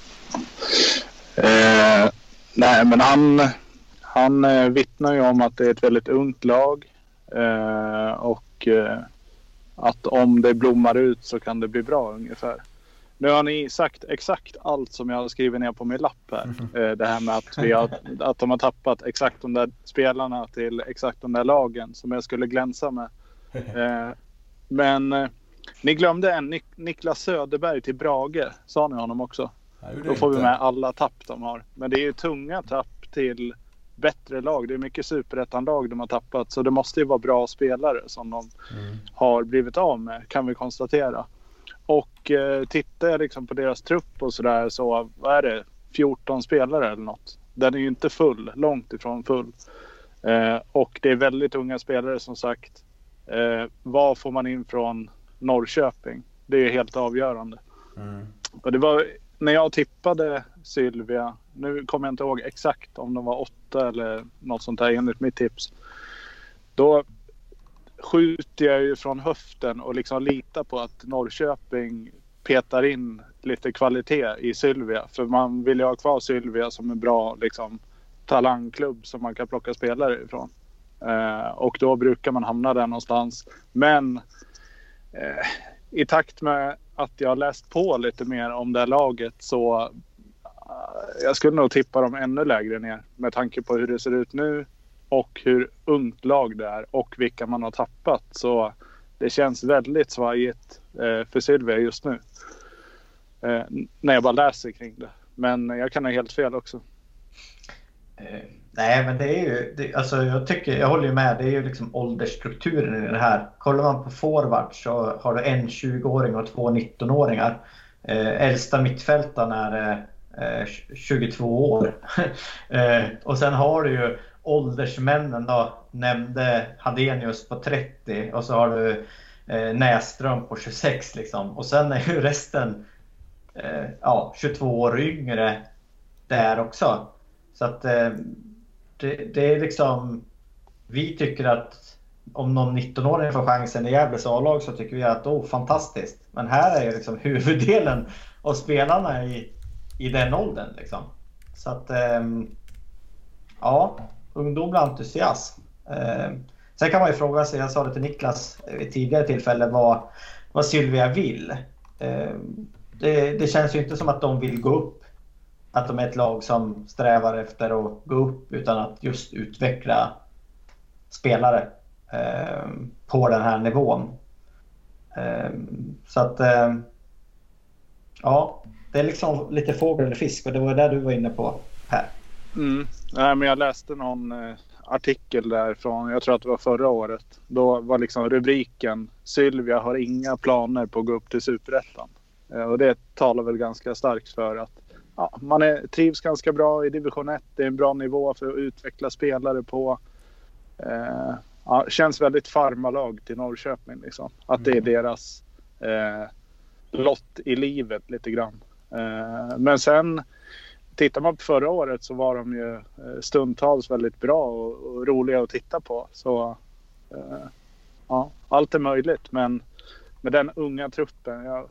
Eh, nej, men han, han eh, vittnar ju om att det är ett väldigt ungt lag. Eh, och eh, att om det blommar ut så kan det bli bra ungefär. Nu har ni sagt exakt allt som jag har skrivit ner på min lapp här. Mm. Eh, det här med att, vi har, att de har tappat exakt de där spelarna till exakt de där lagen som jag skulle glänsa med. Eh, men... Eh, Ni glömde en Nik- Niklas Söderberg till Brage, sa ni honom också? Då får inte. Vi med alla tapp de har. Men det är ju tunga tapp till bättre lag. Det är mycket superettanlag de har tappat. Så det måste ju vara bra spelare som de mm. har blivit av med, kan vi konstatera. Och eh, tittar jag liksom på deras trupp och sådär, så vad är det? fjorton spelare eller något. Den är ju inte full, långt ifrån full. Eh, och det är väldigt unga spelare som sagt. Eh, vad får man in från Norrköping? Det är helt avgörande. Mm. Och det var när jag tippade Sylvia, nu kommer jag inte ihåg exakt om de var åtta eller något sånt där enligt mitt tips. Då skjuter jag ju från höften och liksom litar på att Norrköping petar in lite kvalitet i Sylvia. För man vill ju ha kvar Sylvia som en bra liksom, talangklubb som man kan plocka spelare ifrån. Eh, och då brukar man hamna där någonstans. Men eh, i takt med att jag har läst på lite mer om det här laget så uh, jag skulle nog tippa dem ännu lägre ner med tanke på hur det ser ut nu och hur ungt lag det är och vilka man har tappat. Så det känns väldigt svajigt uh, för Sylvia just nu uh, när jag bara läser kring det. Men jag kan ha helt fel också. Uh, nej, men det är ju det, alltså jag tycker, jag håller ju med, det är ju liksom åldersstrukturen i det här. Kollar man på forward så har du en tjugoåring och två nittonåringar. Eh, äldsta mittfältaren är eh, tjugotvå år. eh, och sen har du ju åldersmännen då, nämnde Hadenius på trettio och så har du eh, Näström på tjugosex liksom. Och sen är ju resten eh, ja, tjugotvå år yngre där också. Så att eh, det, det är liksom, vi tycker att om någon nittonåring får chansen i Gävles A-lag så tycker vi att oh, fantastiskt. Men här är ju liksom huvuddelen av spelarna i, i den åldern liksom. Så att eh, ja, ungdomlig entusiasm. Eh, sen kan man ju fråga sig, jag sa det till Niklas vid tidigare tillfälle, vad, vad Sylvia vill. Eh, det, det känns ju inte som att de vill gå upp. Att de är ett lag som strävar efter att gå upp, utan att just utveckla spelare eh, på den här nivån. Eh, så att eh, ja, det är liksom lite fågel eller fisk och det var det du var inne på här. Mm. Nej, men jag läste någon eh, artikel därifrån, jag tror att det var förra året. Då var liksom rubriken Sylvia har inga planer på att gå upp till Superettan. Eh, och det talar väl ganska starkt för att ja, man är, trivs ganska bra i division ett. Det är en bra nivå för att utveckla spelare på. Eh, ja, känns väldigt farmalag till Norrköping liksom. Att det är deras eh, lott i livet lite grann. Eh, men sen tittar man på förra året så var de ju stundtals väldigt bra och, och roliga att titta på. Så eh, ja, allt är möjligt. Men med den unga truppen, ja,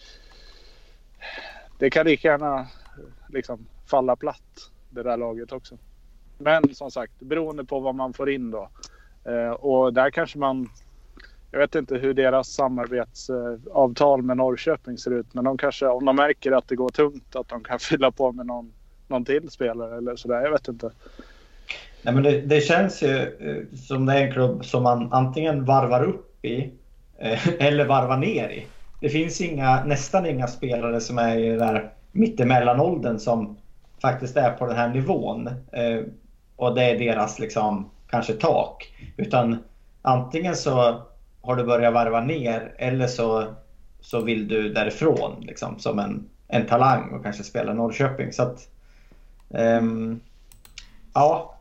det kan lika gärna liksom falla platt det där laget också. Men som sagt, beroende på vad man får in då. Eh, och där kanske man, jag vet inte hur deras samarbetsavtal med Norrköping ser ut. Men de kanske, om de märker att det går tungt, att de kan fylla på med någon, någon till spelare eller sådär. Jag vet inte. Nej, men det, det känns ju som det är en klubb som man antingen varvar upp i eh, eller varvar ner i. Det finns inga, nästan inga spelare som är i den där mittemellanåldern som faktiskt är på den här nivån. Eh, och det är deras liksom kanske tak. Utan antingen så har du börjat varva ner eller så, så vill du därifrån liksom, som en, en talang och kanske spela Norrköping. Så att, ehm, ja.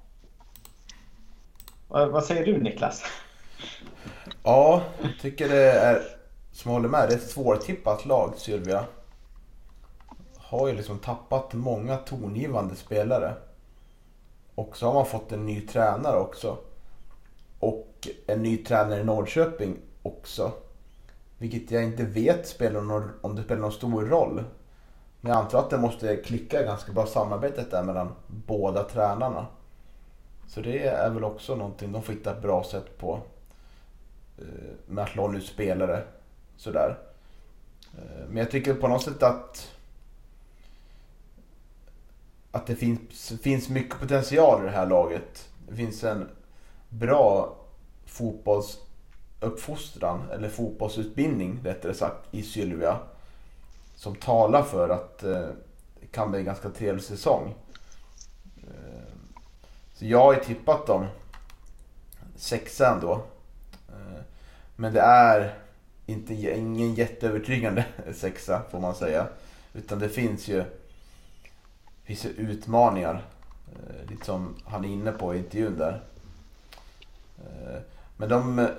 Vad, vad säger du, Niklas? Ja, jag tycker det är, som jag håller med, det är ett svårtippat lag, Sylvia. Har ju liksom tappat många tongivande spelare. Och så har man fått en ny tränare också. Och en ny tränare i Norrköping också. Vilket jag inte vet spelar någon, om det spelar någon stor roll. Men jag antar att det måste klicka ganska bra samarbetet där mellan båda tränarna. Så det är väl också någonting de får hitta ett bra sätt på. Med att låna ut spelare. Sådär. Men jag tycker på något sätt att att det finns, finns mycket potential i det här laget. Det finns en bra fotbollsuppfostran eller fotbollsutbildning rättare sagt i Sylvia som talar för att eh, det kan bli en ganska trevlig säsong. Eh, så jag har ju tippat dem sexan då. Eh, men det är inte ingen jätteövertygande sexa får man säga, utan det finns ju finns ju utmaningar eh, lite som han är inne på i intervjun där. Eh, men de eh,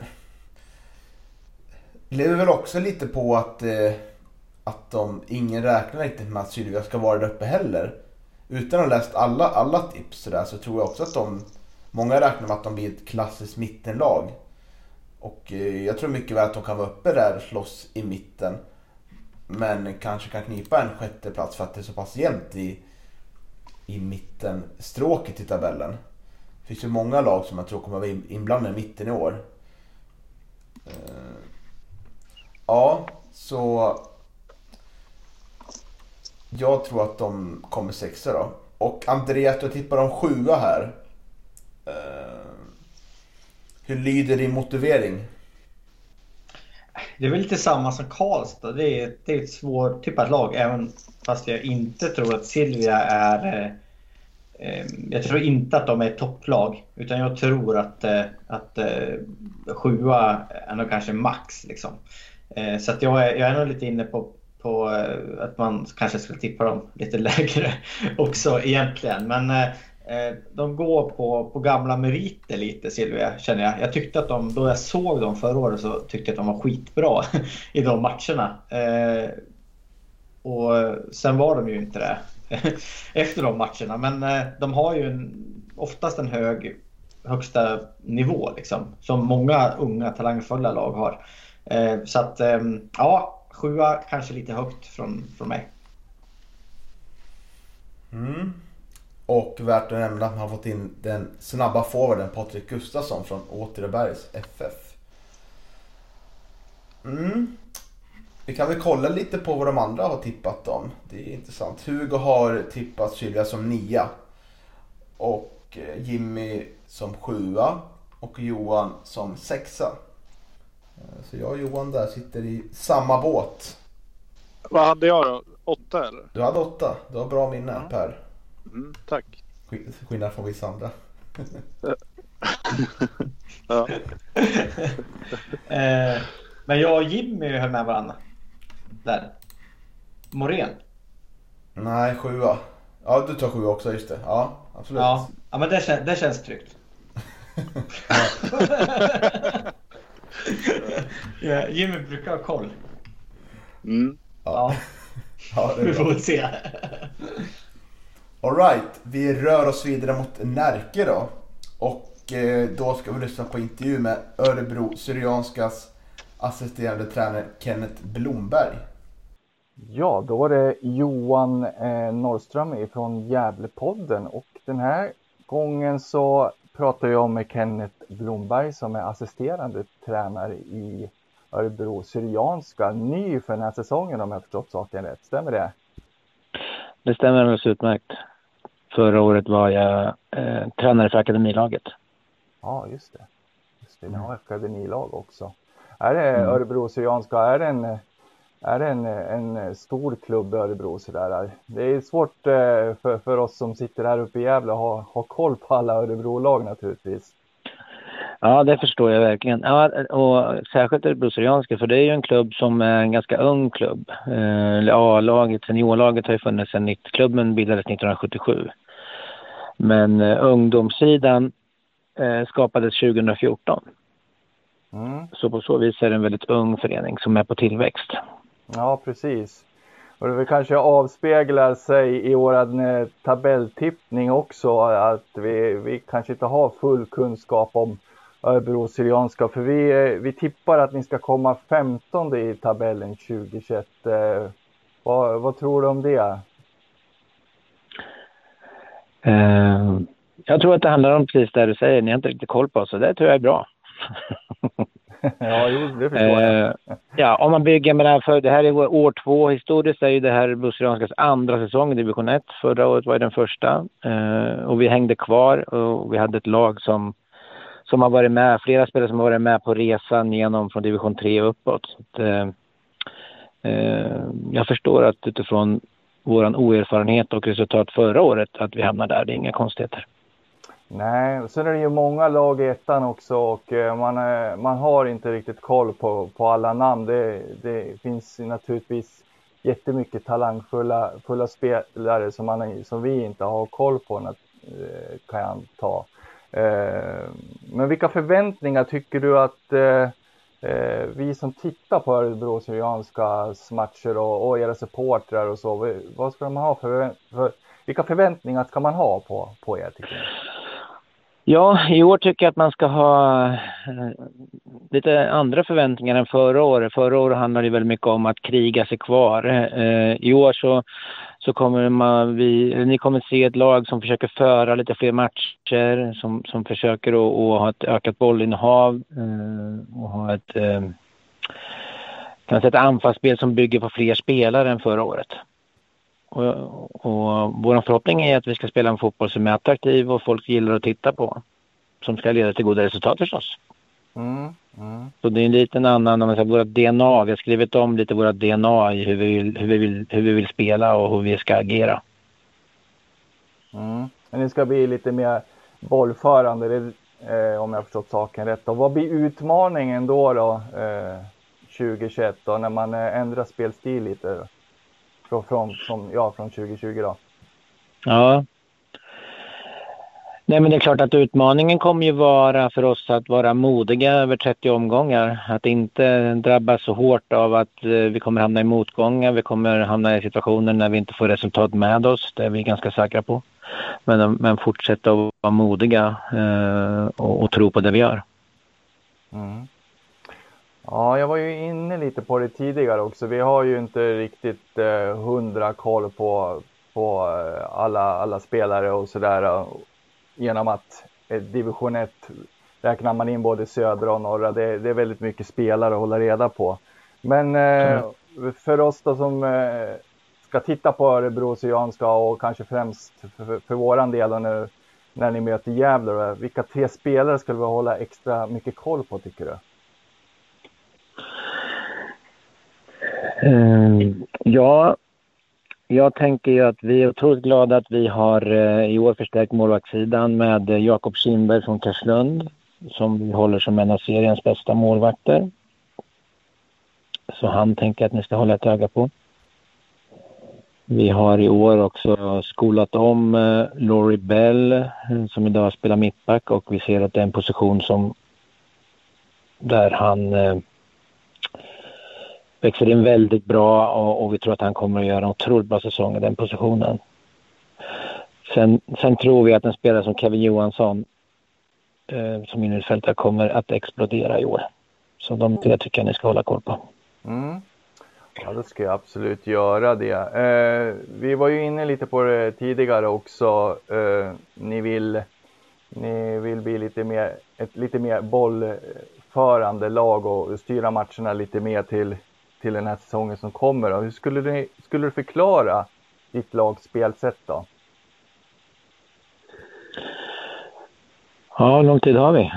lever väl också lite på att eh, att de ingen räknar riktigt med att Sylvia ska vara där uppe heller. Utan att ha läst alla, alla tips så, där, så tror jag också att de många räknar med att de blir ett klassiskt mittenlag. Och eh, jag tror mycket väl att de kan vara uppe där och slåss i mitten. Men kanske kan knipa en sjätte plats för att det är så pass jämnt i i mitten stråket i tabellen. Det finns ju många lag som jag tror kommer vara inblandade i mitten i år. Uh, ja, så jag tror att de kommer sexa då. Och Andreas, du tippar om sjua här. Uh, hur lyder din motivering? Det är väl lite samma som Karlstad. Det är, det är ett svårtippat lag, även fast jag inte tror att Sylvia är... Eh, jag tror inte att de är ett topplag, utan jag tror att, eh, att eh, sjua är nog kanske max. Liksom. Eh, så att jag, är, jag är nog lite inne på, på eh, att man kanske skulle tippa dem lite lägre också egentligen. Men eh, de går på, på gamla meriter lite, Sylvia, känner jag. Jag tyckte att de, då jag såg dem förra året så tyckte jag att de var skitbra i de matcherna. Eh, och sen var de ju inte det efter de matcherna. Men eh, de har ju en, oftast en hög högsta nivå liksom, som många unga talangfulla lag har. Eh, så att eh, ja, sjua kanske lite högt från, från mig. Mm. Och värt att nämna att man har fått in den snabba forwarden Patrik Gustafsson från Åtvidabergs F F. Mm. Vi kan väl kolla lite på vad de andra har tippat om. Det är intressant. Hugo har tippat Sylvia som nia. Och Jimmy som sjua. Och Johan som sexa. Så jag och Johan där sitter i samma båt. Vad hade jag då? Åtta eller? Du hade åtta. Du har bra minne, ja. Per. Mm, tack. Skillnad från vissa andra. Ja. eh, men jag och Jimmy höll med varandra. Där. Morén. Nej, sjua. Ja, du tar sjua också, just det. Ja, absolut. Ja, ja men det, kän- det känns tryggt. ja, Jimmy brukar ha koll. Mm. Ja. Ja, det är vi får bra. väl se. All right, vi rör oss vidare mot Närke då. Och eh, då ska vi lyssna på intervju med Örebro Syrianskas assisterande tränare Kenneth Blomberg. Ja, då var det Johan eh, Norrström från Gävlepodden, och den här gången så pratar jag med Kenneth Blomberg som är assisterande tränare i Örebro Syrianska, ny för den här säsongen om jag har förstått saken rätt. Stämmer det? Det stämmer alldeles utmärkt. Förra året var jag eh, tränare för akademilaget. Ja, just det. Just det, ni har akademilag också. Är det mm. Örebro Syrianska, är det en, är det en, en stor klubb i Örebro sådär? Det är svårt eh, för, för oss som sitter här uppe i Gävle att ha, ha koll på alla Örebro-lag naturligtvis. Ja, det förstår jag verkligen. Ja, och särskilt Örebro Syrianska, för det är ju en klubb som är en ganska ung klubb. Eh, A-laget, seniorlaget har ju funnits sedan nittio, klubben bildades nittonhundrasjuttiosju. Men eh, ungdomssidan eh, skapades tjugohundrafjorton. Mm. Så på så vis är det en väldigt ung förening som är på tillväxt. Ja, precis. Och det kanske avspeglar sig i vår tabelltippning också, att vi, vi kanske inte har full kunskap om Örebro Syrianska, för vi, vi tippar att ni ska komma femtonde i tabellen tjugohundratjugoett. Eh, vad, vad tror du om det? Uh, jag tror att det handlar om precis det du säger. Ni har inte riktigt koll på, så det tror jag är bra. Ja, jo, det förstår jag. Uh, ja, om man bygger med för det här är år två. Historiskt är ju det här Örebro Syrianskas andra säsong i division ett. Förra året var det den första. Uh, och vi hängde kvar och vi hade ett lag som som har varit med, flera spelare som har varit med på resan genom från division tre uppåt. Så att, eh, eh, jag förstår att utifrån våran oerfarenhet och resultat förra året att vi hamnar där, det är inga konstigheter. Nej, och sen är det ju många lag i ettan också, och eh, man, eh, man har inte riktigt koll på, på alla namn. Det, det finns naturligtvis jättemycket talangfulla fulla spelare som, man, som vi inte har koll på, eh, kan jag anta. Men vilka förväntningar tycker du att eh, vi som tittar på Örebro Syrianskas matcher och, och era supportrar och så, vad ska de ha för, för vilka förväntningar ska man ha på, på er, tycker jag? Ja, i år tycker jag att man ska ha eh, lite andra förväntningar än förra året. Förra året handlade det väldigt mycket om att kriga sig kvar. Eh, I år så så kommer man, vi, ni kommer se ett lag som försöker föra lite fler matcher, som, som försöker att, att ha ett ökat bollinnehav eh, och ha ett, eh, kan säga ett anfallsspel som bygger på fler spelare än förra året. Och, och vår förhoppning är att vi ska spela en fotboll som är attraktiv och folk gillar att titta på, som ska leda till goda resultat förstås. Mm, mm. Så det är en liten annan, om man säger, våra D N A. Vi har skrivit om lite våra D N A i hur vi vill, hur vi vill, hur vi vill spela och hur vi ska agera. Mm. Men det ska bli lite mer bollförande, det, eh, om jag har förstått saken rätt. Och vad blir utmaningen då, då eh, tjugohundratjugoett då, när man eh, ändrar spelstil lite då? Från, från, från, ja, från tjugohundratjugo då? Ja. Nej, men det är klart att utmaningen kommer ju vara för oss att vara modiga över trettio omgångar. Att inte drabbas så hårt av att eh, vi kommer hamna i motgångar. Vi kommer hamna i situationer när vi inte får resultat med oss. Det är vi ganska säkra på. Men, men fortsätta att vara modiga eh, och, och tro på det vi gör. Mm. Ja, jag var ju inne lite på det tidigare också. Vi har ju inte riktigt eh, hundra koll på, på alla, alla spelare och sådär. Genom att eh, division ett räknar man in både södra och norra. Det, det är väldigt mycket spelare att hålla reda på. Men eh, mm. för oss då som eh, ska titta på Örebro Syrianska och kanske främst för, för våran del då, när, när ni möter Gävle, vilka tre spelare skulle vi hålla extra mycket koll på, tycker du? Uh, ja, jag tänker ju att vi är otroligt glada att vi har uh, i år förstärkt målvaktssidan med uh, Jakob Kindberg från Karlslund som vi håller som en av seriens bästa målvakter. Så han tänker att ni ska hålla ett öga på. Vi har i år också skolat om uh, Laurie Bell uh, som idag spelar mittback och vi ser att det är en position som där han uh, växer in väldigt bra och, och vi tror att han kommer att göra en otroligt bra säsong i den positionen. Sen, sen tror vi att en spelare som Kevin Johansson uh, som innermittfältare kommer att explodera i år. Så de tre tycker jag ni ska hålla koll på. Mm. Ja, då ska jag absolut göra det. Eh, vi var ju inne lite på det tidigare också. Eh, ni vill ni vill bli lite mer ett lite mer bollförande lag och styra matcherna lite mer till till den här säsongen som kommer. Då. Hur skulle ni skulle du förklara ditt lags spelsätt då? Ja, hur lång tid har vi?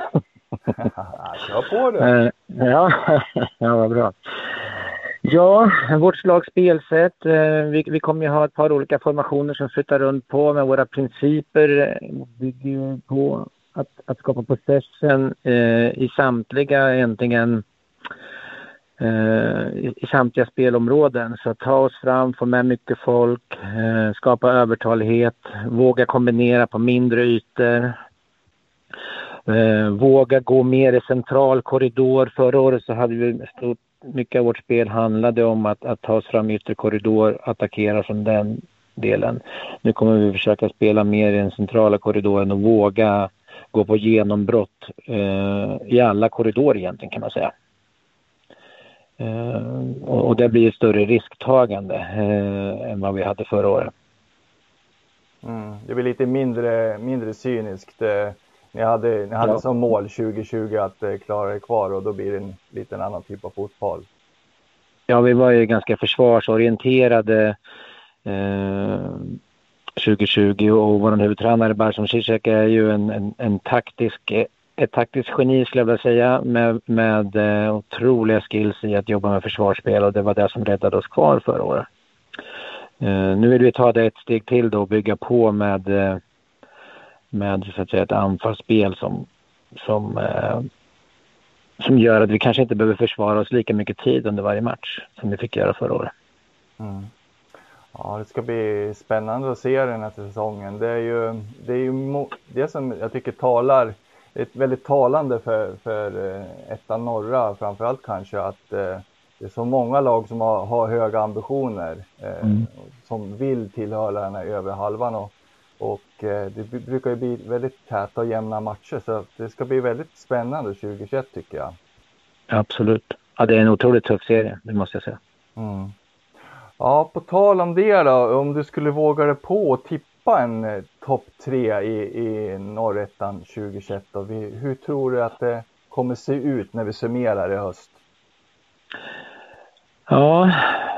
Kör på det. Eh, ja, ja, vad bra. Ja, vårt slags spelsätt. Eh, vi, vi kommer ju ha ett par olika formationer som flyttar runt på med våra principer. Bygger på att, att skapa possession eh, i samtliga egentligen eh, i, i samtliga spelområden. Så ta oss fram, få med mycket folk, eh, skapa övertalighet, våga kombinera på mindre ytor. Eh, våga gå mer i central korridor. Förra året så hade vi stort, mycket av vårt spel handlade om att, att ta oss fram i yttre korridor, attackera från den delen. Nu kommer vi försöka spela mer i den centrala korridoren och våga gå på genombrott eh, i alla korridorer egentligen kan man säga. Eh, och, och det blir ett större risktagande eh, än vad vi hade förra året. Mm, det blir lite mindre, mindre cyniskt. Eh. Ni hade, ni hade ja. som mål tjugo tjugo att eh, klara er kvar och då blir det en liten annan typ av fotboll. Ja, vi var ju ganska försvarsorienterade eh, tjugo tjugo och vår huvudtränare Barsom Zizek är ju en, en, en taktisk, ett taktiskt geni skulle jag vilja säga med, med eh, otroliga skills i att jobba med försvarsspel och det var det som räddade oss kvar förra året. Eh, nu vill vi ta det ett steg till då och bygga på med eh, med så att säga ett anfallsspel som som eh, som gör att vi kanske inte behöver försvara oss lika mycket tid under varje match som vi fick göra förra året. Mm. Ja, det ska bli spännande att se den här säsongen. Det är ju det är ju det som jag tycker talar ett väldigt talande för för ettan norra framförallt kanske att eh, det är så många lag som har, har höga ambitioner eh, mm. som vill tillhöra den här övre halvan och Och eh, det brukar ju bli väldigt täta och jämna matcher så det ska bli väldigt spännande tjugo tjugoett tycker jag. Absolut. Ja, det är en otroligt tuff serie, det måste jag säga. Mm. Ja, på tal om det då, om du skulle våga dig på att tippa en eh, topp tre i, i norrettan tjugo tjugoett då, vi, hur tror du att det kommer se ut när vi summerar i höst? Ja...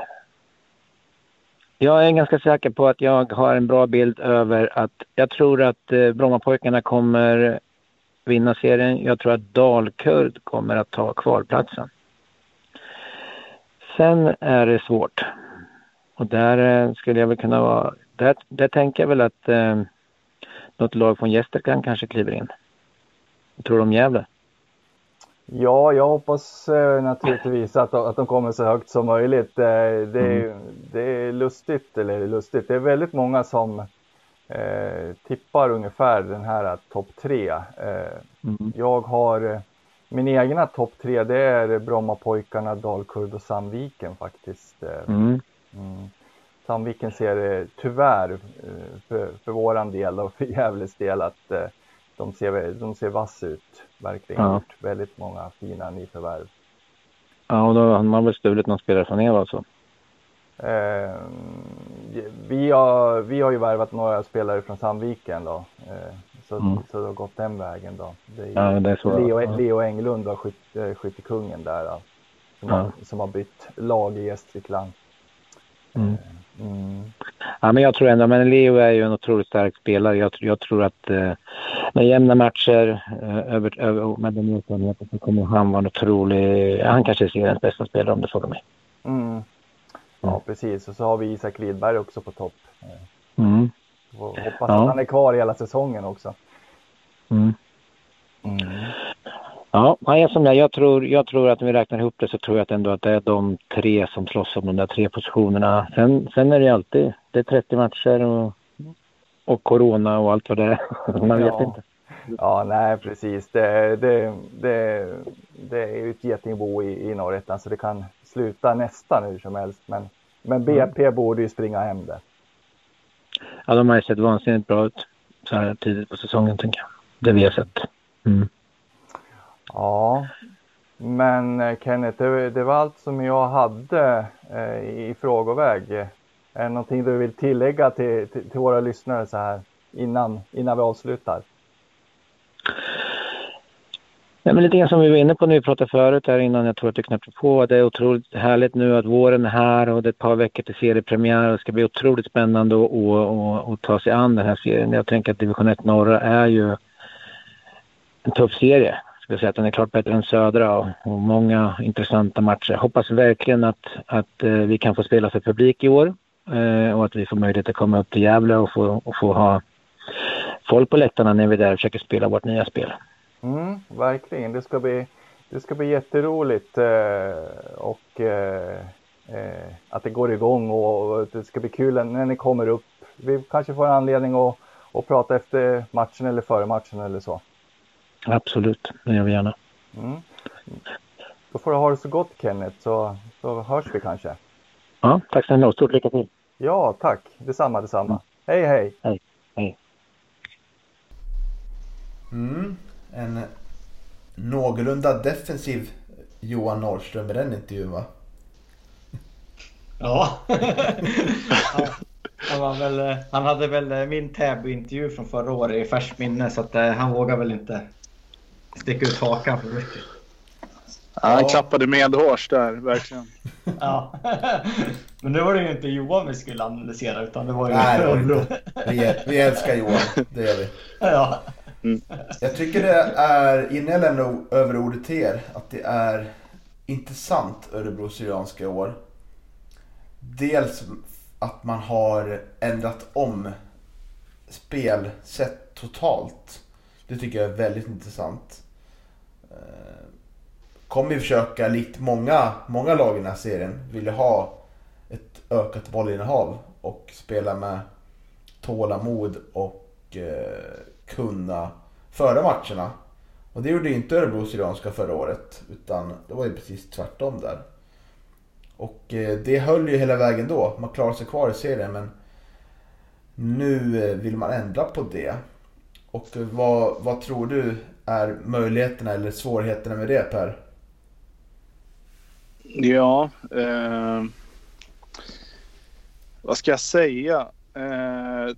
Jag är ganska säker på att jag har en bra bild över att jag tror att eh, Brommapojkarna kommer vinna serien. Jag tror att Dalkurd kommer att ta kvalplatsen. Sen är det svårt. Och där eh, skulle jag väl kunna vara... Där, där tänker jag väl att eh, något lag från Gästrikland kanske kliver in. Jag tror de Gävle. Ja, jag hoppas eh, naturligtvis att, att de kommer så högt som möjligt. Eh, det, är, mm. det är lustigt, eller lustigt. Det är väldigt många som eh, tippar ungefär den här topp tre. Eh, mm. Jag har eh, min egna topp tre, det är Brommapojkarna, Dalkurd och Sandviken faktiskt. Eh, mm. Mm. Sandviken ser det tyvärr eh, för, för våran del och för Gävles del att eh, de ser, de ser vass ut. Verkligen ja. Gjort väldigt många fina nyförvärv. Ja, och då har man väl stulit någon spelare från er alltså? Eh, vi, har, vi har ju värvat några spelare från Sandviken då. Eh, så, mm. så det har gått den vägen då. Det är, ja, det är så. Leo, ja. Leo Englund var skyt, skyttekungen där då, som, ja. har, som har bytt lag i Gästrikland. Mm. Mm. Ja, men jag tror ändå, men Leo är ju en otroligt stark spelare. Jag, jag tror att eh, med jämna matcher eh, över, över, med den erfarenheten så kommer han vara en otrolig, han kanske är seriens bästa spelare om det frågar mig. Mm. Ja, precis. Och så har vi Isak Lidberg också på topp. Mm. Och hoppas Ja. att han är kvar hela säsongen också. Mm. Mm. Ja, nej, som jag, jag, tror, jag tror att om vi räknar ihop det så tror jag att ändå att det är de tre som slåss om de där tre positionerna. Sen, sen är det alltid, det är trettio matcher och, och corona och allt vad det är. Man vet Ja. inte. Ja, nej precis. Det, det, det, det är ju ett getingbo i, i Norretland så det kan sluta nästan hur som helst. Men, men B P mm. borde ju springa hem där. Ja, de har ju sett vansinnigt bra ut så här tidigt på säsongen, tänker jag. Det vi har sett. Mm. Ja, men Kenneth, det, det var allt som jag hade eh, i frågoväg. Är det någonting du vill tillägga till, till, till våra lyssnare så här innan, innan vi avslutar? Ja, men lite grann som vi var inne på när vi pratade förut här innan, jag tror att du knappade på. Det är otroligt härligt nu att våren är här och det är ett par veckor till seriepremiär. Det ska bli otroligt spännande att och, och, och ta sig an den här serien. Jag tänker att Division ett norra är ju en tuff serie. Jag skulle säga att den är klart bättre än södra och, och många intressanta matcher. Jag hoppas verkligen att, att eh, vi kan få spela för publik i år eh, och att vi får möjlighet att komma upp till Gävle och få, och få ha folk på läktarna när vi där försöker spela vårt nya spel. Mm, verkligen. Det ska bli, det ska bli jätteroligt eh, och eh, eh, att det går igång och det ska bli kul när ni kommer upp. Vi kanske får en anledning att, att prata efter matchen eller före matchen eller så. Absolut, det gör vi gärna. Mm. Då får du ha det så gott, Kenneth, så, så hörs vi kanske. Ja, tack snälla och stort lycka till. Ja, tack. Detsamma, detsamma. Mm. Hej, hej. Hej, hej. Mm. En någorlunda defensiv Johan Norrström i den intervjun, va? Ja. han, var väl, han hade väl min Täby-intervju från förra året i färskt minne, så att eh, han vågar väl inte sticka ut hakan för mycket. Ja, han klappade med hårs där, verkligen. Ja. Men nu var det ju inte Johan vi skulle analysera, utan det var ju Nej, det var inte. Vi, vi älskar Johan, det gör vi. Ja. Mm. Jag tycker det är, innan jag lämnar över ordet till er, att det är intressant Örebro Syrianska i år. Dels att man har ändrat om spelsätt totalt. Det tycker jag är väldigt intressant. Kommer vi försöka, likt många, många lag i den här serien, vill ha ett ökat bollinnehav och spela med tålamod och eh, kunna föra matcherna. Och det gjorde inte Örebro Syrianska förra året, utan det var ju precis tvärtom där. Och eh, det höll ju hela vägen då. Man klarade sig kvar i serien, men nu eh, vill man ändra på det. Och eh, vad, vad tror du är möjligheterna eller svårigheterna med det, Per? Ja, eh, vad ska jag säga? Eh,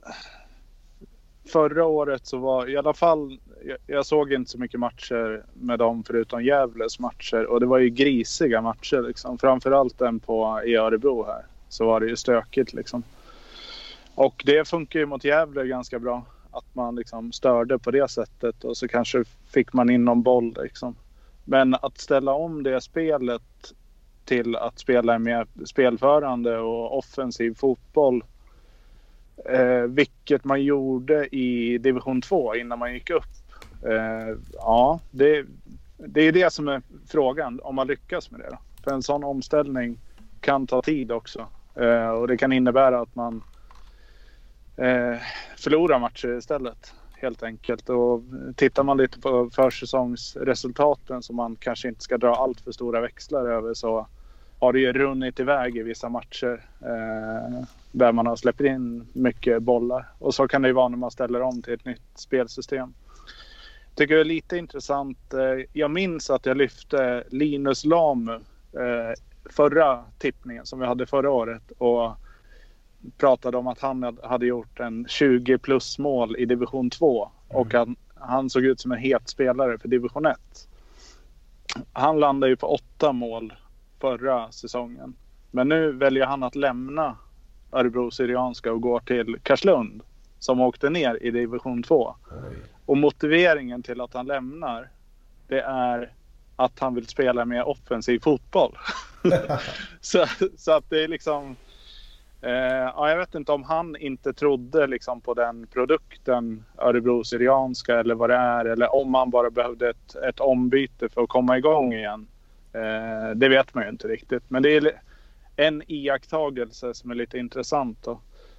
förra året så var i alla fall, jag, jag såg inte så mycket matcher med dem förutom Gävles matcher, och det var ju grisiga matcher liksom. Framförallt den på i Örebro här, så var det ju stökigt liksom. Och det funkar ju mot Gävle ganska bra, att man liksom störde på det sättet, och så kanske fick man in någon boll liksom. Men att ställa om det spelet till att spela med spelförande och offensiv fotboll, eh, vilket man gjorde i division två innan man gick upp. Eh, ja, det, det är det som är frågan, om man lyckas med det då. För en sån omställning kan ta tid också. Eh, och det kan innebära att man eh, förlorar matcher istället. Helt enkelt. Och tittar man lite på försäsongsresultaten, som man kanske inte ska dra allt för stora växlar över, så har det ju runnit iväg i vissa matcher eh, där man har släppt in mycket bollar. Och så kan det ju vara när man ställer om till ett nytt spelsystem. Jag tycker det är lite intressant. Eh, jag minns att jag lyfte Linus Lamu eh, förra tippningen som vi hade förra året, och pratade om att han hade gjort en tjugo plus mål i division två, och han, han såg ut som en het spelare för division ett. Han landade ju på åtta mål förra säsongen, men nu väljer han att lämna Örebro Syrianska och går till Karlslund som åkte ner i division två. Oj. Och motiveringen till att han lämnar, det är att han vill spela mer offensiv fotboll. så, så att det är liksom eh, ja, jag vet inte om han inte trodde liksom på den produkten Örebro Syrianska eller vad det är, eller om han bara behövde ett, ett ombyte för att komma igång igen. Eh, det vet man ju inte riktigt, men det är en iakttagelse som är lite intressant då.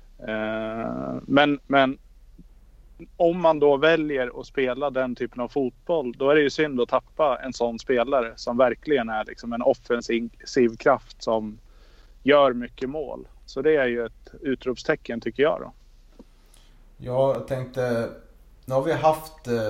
Eh, men, men om man då väljer att spela den typen av fotboll, då är det ju synd att tappa en sån spelare som verkligen är liksom en offensiv kraft som gör mycket mål. Så det är ju ett utropstecken tycker jag då. Jag tänkte, nu har vi haft eh,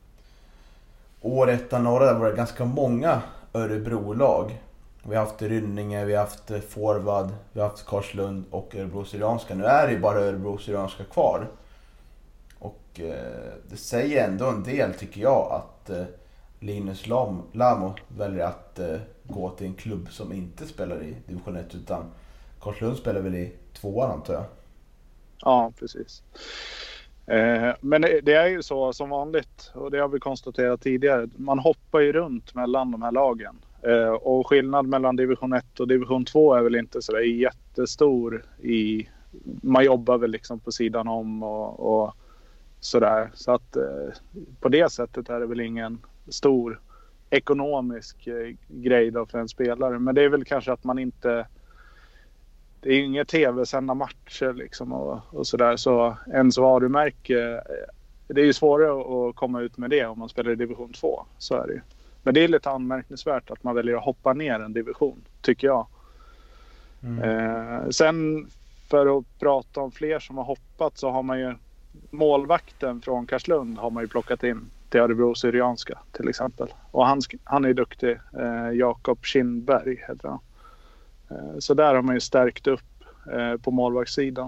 år ettan norra, där var det ganska många Örebro-lag. Vi har haft Rynninge, vi har haft Forward, vi har haft Karlslund och Örebro Syrianska. Nu är det ju bara Örebro Syrianska kvar. Och eh, det säger ändå en del tycker jag att eh, Linus Lam, Lamo väljer att eh, gå till en klubb som inte spelar i division ett, utan Karlslund spelar väl i tvåan antar jag. Ja, precis. Eh, men det är ju så som vanligt, och det har vi konstaterat tidigare, man hoppar ju runt mellan de här lagen. Eh, och skillnad mellan division ett och division två är väl inte så där jättestor i, man jobbar väl liksom på sidan om och, och sådär. Så att eh, på det sättet är det väl ingen stor ekonomisk eh, grej då för en spelare. Men det är väl kanske att man inte, det är inga tv-sända matcher liksom och, och sådär. Så ens varumärke, det är ju svårare att komma ut med det om man spelar i division två. Så är det ju. Men det är lite anmärkningsvärt att man väljer att hoppa ner en division, tycker jag. Mm. Eh, sen för att prata om fler som har hoppat, så har man ju målvakten från Karlslund har man ju plockat in till Örebro Syrianska till exempel. Och han, han är duktig, eh, Jakob Kindberg heter han. Eh, så där har man ju stärkt upp eh, på målvaktssidan.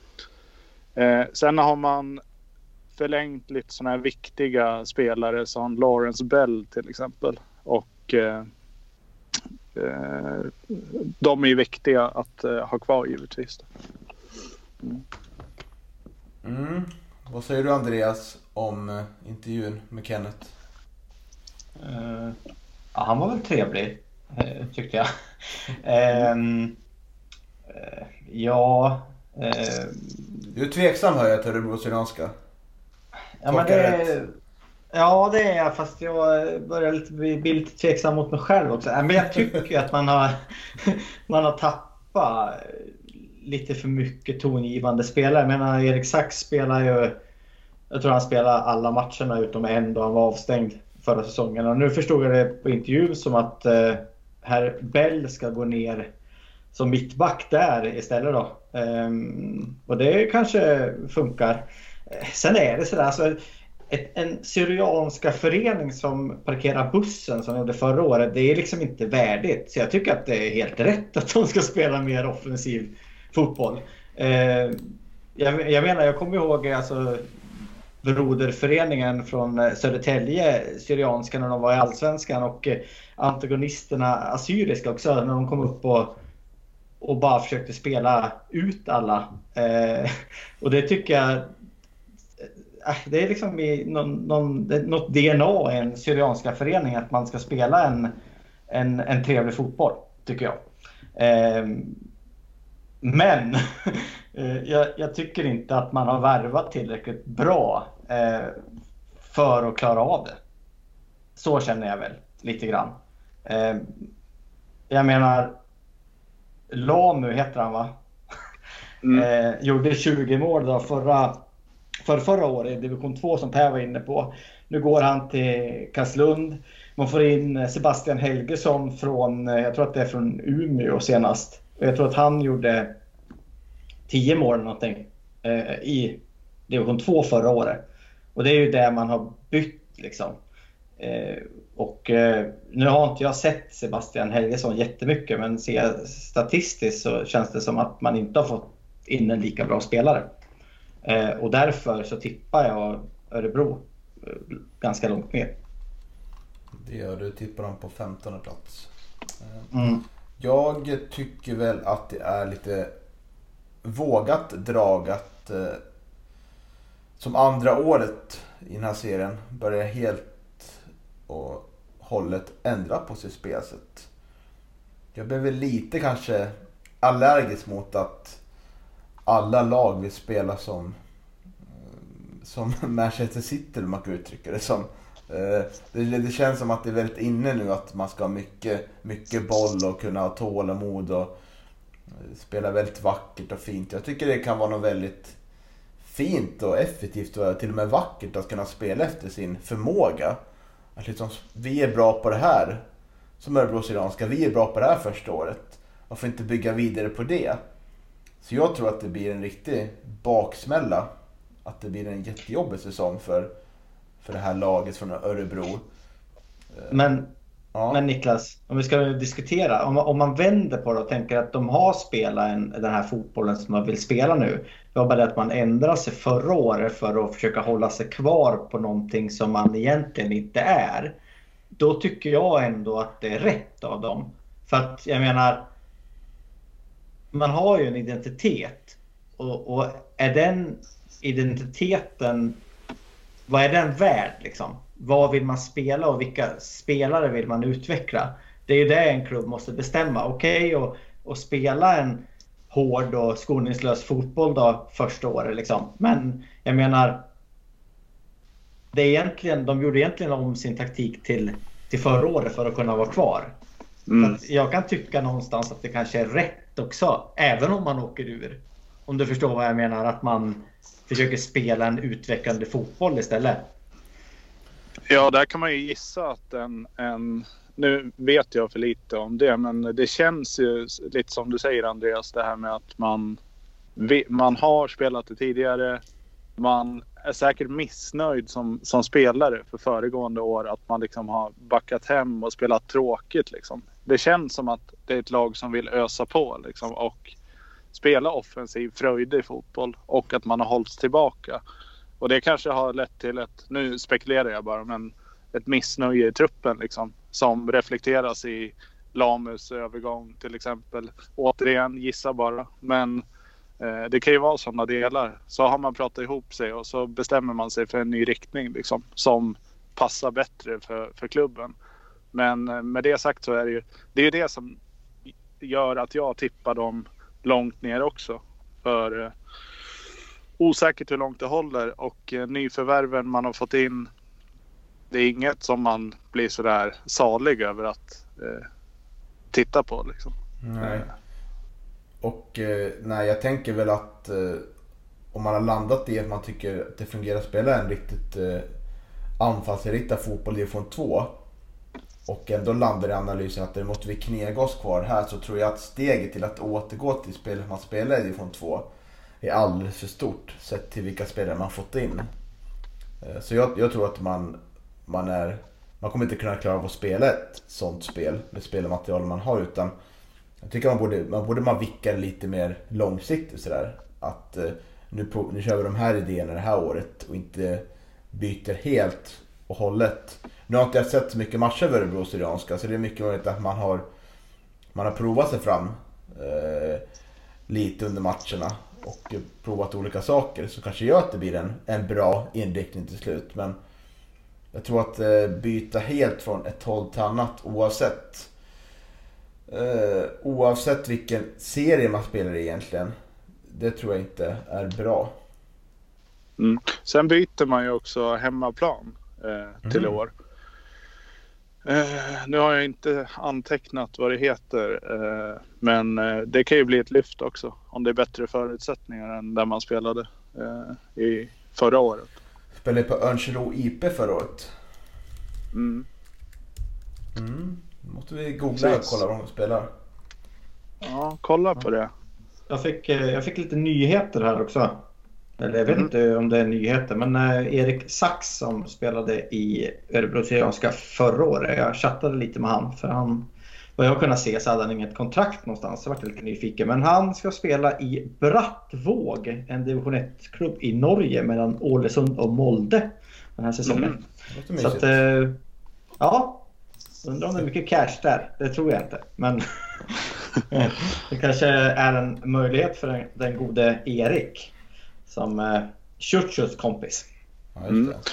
Eh, sen har man förlängt lite sådana här viktiga spelare som Lawrence Bell till exempel. Och eh, eh, de är ju viktiga att eh, ha kvar givetvis. Mm. Mm. Vad säger du Andreas om uh, intervjun med Kenneth? Uh, ja, han var väl trevlig uh, tyckte jag. uh, uh, ja uh, Du är tveksam hör jag till Örebro Syrianska. Ja, men det, ja det är jag, fast jag börjar lite bli lite tveksam mot mig själv också. Men jag tycker att man har man har tappat lite för mycket tongivande spelare. Jag menar, Erik Sax spelar ju, jag tror han spelar alla matcherna utom en då han var avstängd förra säsongen. Och nu förstod jag det på intervjun som att eh, herr Bell ska gå ner som mittback där istället då. Ehm, och det kanske funkar. Sen är det sådär, alltså, ett, en syrianska förening som parkerar bussen som gjorde förra året, det är liksom inte värdigt. Så jag tycker att det är helt rätt att de ska spela mer offensiv fotboll. Eh, jag, jag menar, jag kommer ihåg alltså, broderföreningen från Södertälje, syrianska, när de var i Allsvenskan, och eh, antagonisterna assyriska också, när de kom upp och, och bara försökte spela ut alla. Eh, och det tycker jag, det är liksom i någon, någon, något D N A i en syrianska förening att man ska spela en, en, en trevlig fotboll, tycker jag. Eh, men jag, jag tycker inte att man har värvat tillräckligt bra eh, för att klara av det. Så känner jag väl lite grann. Eh, jag menar, Lamu heter han va? Mm. Eh, gjorde tjugo mål då förra För förra året i division två som Per var inne på. Nu går han till Karlslund. Man får in Sebastian Helgesson från, jag tror att det är från Umeå senast. Jag tror att han gjorde tio mål eller någonting eh, i division två förra året. Och det är ju där man har bytt liksom. Eh, och eh, nu har inte jag sett Sebastian Helgesson jättemycket, men ser jag statistiskt så känns det som att man inte har fått in en lika bra spelare. Eh, och därför så tippar jag Örebro eh, ganska långt ner. Det gör du, tippar dem på femtonde plats. Eh, mm. Jag tycker väl att det är lite vågat drag att eh, som andra året i den här serien börja helt och hållet ändra på sitt spelsätt. Jag blev väl lite kanske allergisk mot att alla lag vill spela som som Manchester City, om man kan uttrycka det som. Det, det känns som att det är väldigt inne nu att man ska ha mycket, mycket boll och kunna ha tålamod och spela väldigt vackert och fint. Jag tycker det kan vara något väldigt fint och effektivt och till och med vackert att kunna spela efter sin förmåga. Att liksom, vi är bra på det här som Örebro Syrianska, vi är bra på det här första året. Och får inte bygga vidare på det. Så jag tror att det blir en riktig baksmälla. Att det blir en jättejobbig säsong för, för det här laget från Örebro. Men, ja. men Niklas, om vi ska diskutera, om, om man vänder på det och tänker att de har spelat en, den här fotbollen som man vill spela nu. Det var bara det att man ändrade sig förra året för att försöka hålla sig kvar på någonting som man egentligen inte är. Då tycker jag ändå att det är rätt av dem. För att jag menar, man har ju en identitet. Och, och är den identiteten, vad är den värd liksom? Vad vill man spela och vilka spelare vill man utveckla? Det är ju det en klubb måste bestämma. Okej, okay, och, och spela en hård och skoningslös fotboll då första året liksom. Men jag menar, det är egentligen, de gjorde egentligen om sin taktik till, till förra året för att kunna vara kvar. Mm. Så jag kan tycka någonstans att det kanske är rätt också, även om man åker ur. Om du förstår vad jag menar, att man försöker spela en utvecklande fotboll istället. Ja, där kan man ju gissa att en, en... Nu vet jag för lite om det, men det känns ju lite som du säger, Andreas, det här med att man, man har spelat det tidigare. Man är säkert missnöjd som, som spelare för föregående år, att man liksom har backat hem och spelat tråkigt. Liksom. Det känns som att det är ett lag som vill ösa på liksom, och spela offensiv, fröjdig fotboll, och att man har hållits tillbaka. Och det kanske har lett till ett, nu spekulerar jag bara, men ett missnöje i truppen liksom, som reflekteras i Lamus övergång till exempel. Återigen, gissa bara. Men eh, det kan ju vara sådana delar. Så har man pratat ihop sig och så bestämmer man sig för en ny riktning liksom, som passar bättre för, för klubben. Men eh, med det sagt så är det ju det, är ju det som gör att jag tippar dem långt ner också. För eh, osäkert hur långt det håller, och eh, nyförvärven man har fått in, det är inget som man blir sådär salig över att eh, titta på liksom. Nej. Och eh, nej, jag tänker väl att eh, om man har landat i att man tycker att det fungerar att spela en riktigt eh, anfallsinriktad fotboll i division två, och ändå landar i analysen att det måste vi knega oss kvar här, så tror jag att steget till att återgå till spelet man spelar i division två är alldeles för stort sett till vilka spelare man fått in. Eh, så jag, jag tror att man Man, är, man kommer inte kunna klara av att spela ett sånt spel med spelmaterial man har, utan jag tycker man borde man borde man vicka lite mer långsiktigt sådär, att eh, nu, nu kör vi de här idéerna det här året och inte byter helt och hållet. Nu har inte jag sett så mycket matcher över Örebro Syrianska, så det är mycket möjligt att man har man har provat sig fram eh, lite under matcherna och provat olika saker, så kanske gör att det blir en, en bra inriktning till slut. Men jag tror att eh, byta helt från ett håll till annat, oavsett eh, oavsett vilken serie man spelar egentligen, det tror jag inte är bra. Mm. Sen byter man ju också hemmaplan eh, till mm. år. Eh, nu har jag inte antecknat vad det heter, eh, men eh, det kan ju bli ett lyft också om det är bättre förutsättningar än där man spelade eh, i förra året. Spelade på Örnsköldsvik I P förra året. Mm. Mm. Måste vi googla och kolla vad de spelar. Ja, kolla på det. Jag fick, jag fick lite nyheter här också. Eller jag vet mm. inte om det är nyheter, men Erik Sax som spelade i Örebro Syrianska förra året. Jag chattade lite med han, för han, vad jag kunde se så hade han inget kontrakt någonstans. Jag var lite nyfiken. Men han ska spela i Brattvåg, en division ett-klubb i Norge mellan Ålesund och Molde den här säsongen. Mm. Så att, ja, undrar om det är mycket cash där. Det tror jag inte. Men det kanske är en möjlighet för den, den gode Erik som eh, Churchus kompis. Mm.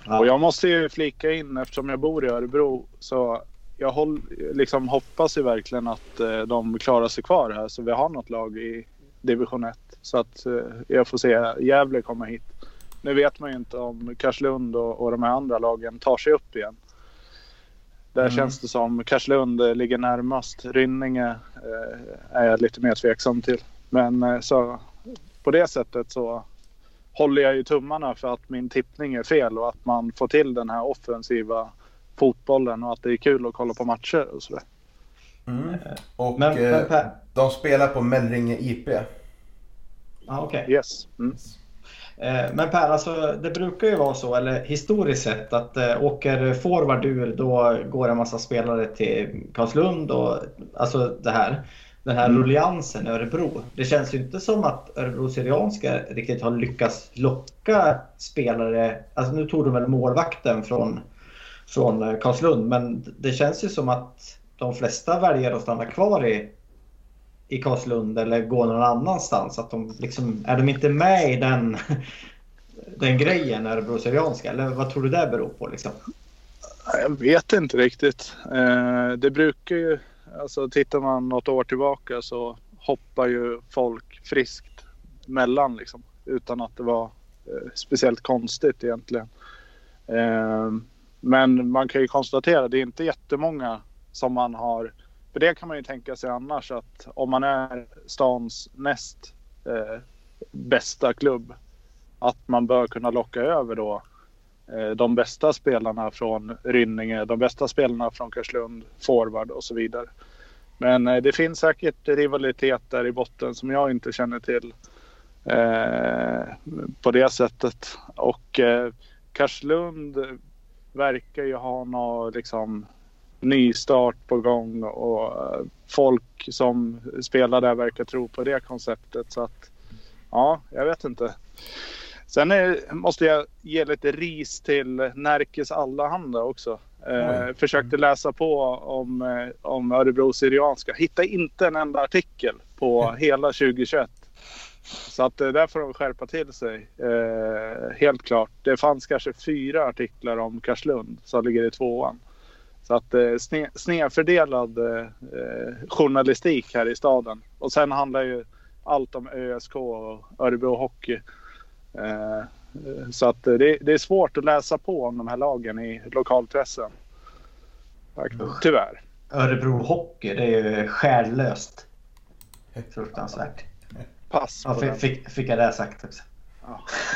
Ja. Och jag måste ju flika in, eftersom jag bor i Örebro, så jag håll, liksom hoppas ju verkligen att eh, de klarar sig kvar här, så vi har något lag i division ett, så att eh, jag får se Gävle komma hit. Nu vet man ju inte om Karlslund och, och de här andra lagen tar sig upp igen. Där mm. känns det som Karlslund ligger närmast. Rynninge eh, är jag lite mer tveksam till. Men eh, så på det sättet så håller jag ju tummarna för att min tippning är fel och att man får till den här offensiva fotbollen och att det är kul att kolla på matcher och sådär. Mm. Och men, eh, men, de spelar på Mellringe I P. Ah, okej. Okay. Yes. Mm. Men Per, alltså, det brukar ju vara så, eller historiskt sett, att äh, åker forward ur, då går en massa spelare till Karlslund och alltså det här, den här mm. rulliansen i Örebro. Det känns ju inte som att Örebro Syrianska riktigt har lyckats locka spelare. Alltså nu tog de väl målvakten från, från Karlslund, men det känns ju som att de flesta väljer att stanna kvar i i Karlslund eller gå någon annanstans, att de liksom, är de inte med i den den grejen Örebro Syrianska, eller vad tror du det beror på liksom? Jag vet inte riktigt. Eh, det brukar ju, alltså tittar man något år tillbaka så hoppar ju folk friskt mellan liksom, utan att det var eh, speciellt konstigt egentligen. Eh, men man kan ju konstatera, det är inte jättemånga som man har. För det kan man ju tänka sig annars, att om man är stans näst eh, bästa klubb, att man bör kunna locka över då eh, de bästa spelarna från Rynninge, de bästa spelarna från Karlslund, forward och så vidare. Men eh, det finns säkert rivalitet där i botten som jag inte känner till eh, på det sättet. Och eh, Karlslund verkar ju ha något liksom ny start på gång och folk som spelar där verkar tro på det konceptet, så att ja, jag vet inte. Sen är, måste jag ge lite ris till Närkes Allehanda också. Eh, försökte läsa på om, om Örebro Syrianska. Hittade inte en enda artikel på hela tjugohundratjugoett. Så att där får de skärpa till sig. Eh, helt klart. Det fanns kanske fyra artiklar om Karlslund som ligger i tvåan. Så att eh, sne, snedfördelad eh, journalistik här i staden. Och sen handlar ju allt om Ö S K och Örebro Hockey. Eh, så att eh, det, det är svårt att läsa på om de här lagen i lokalpressen. Mm. Tyvärr. Örebro Hockey, det är ju skärlöst. Fruktansvärt. Pass på ja, fick, fick jag det sagt också. Ja.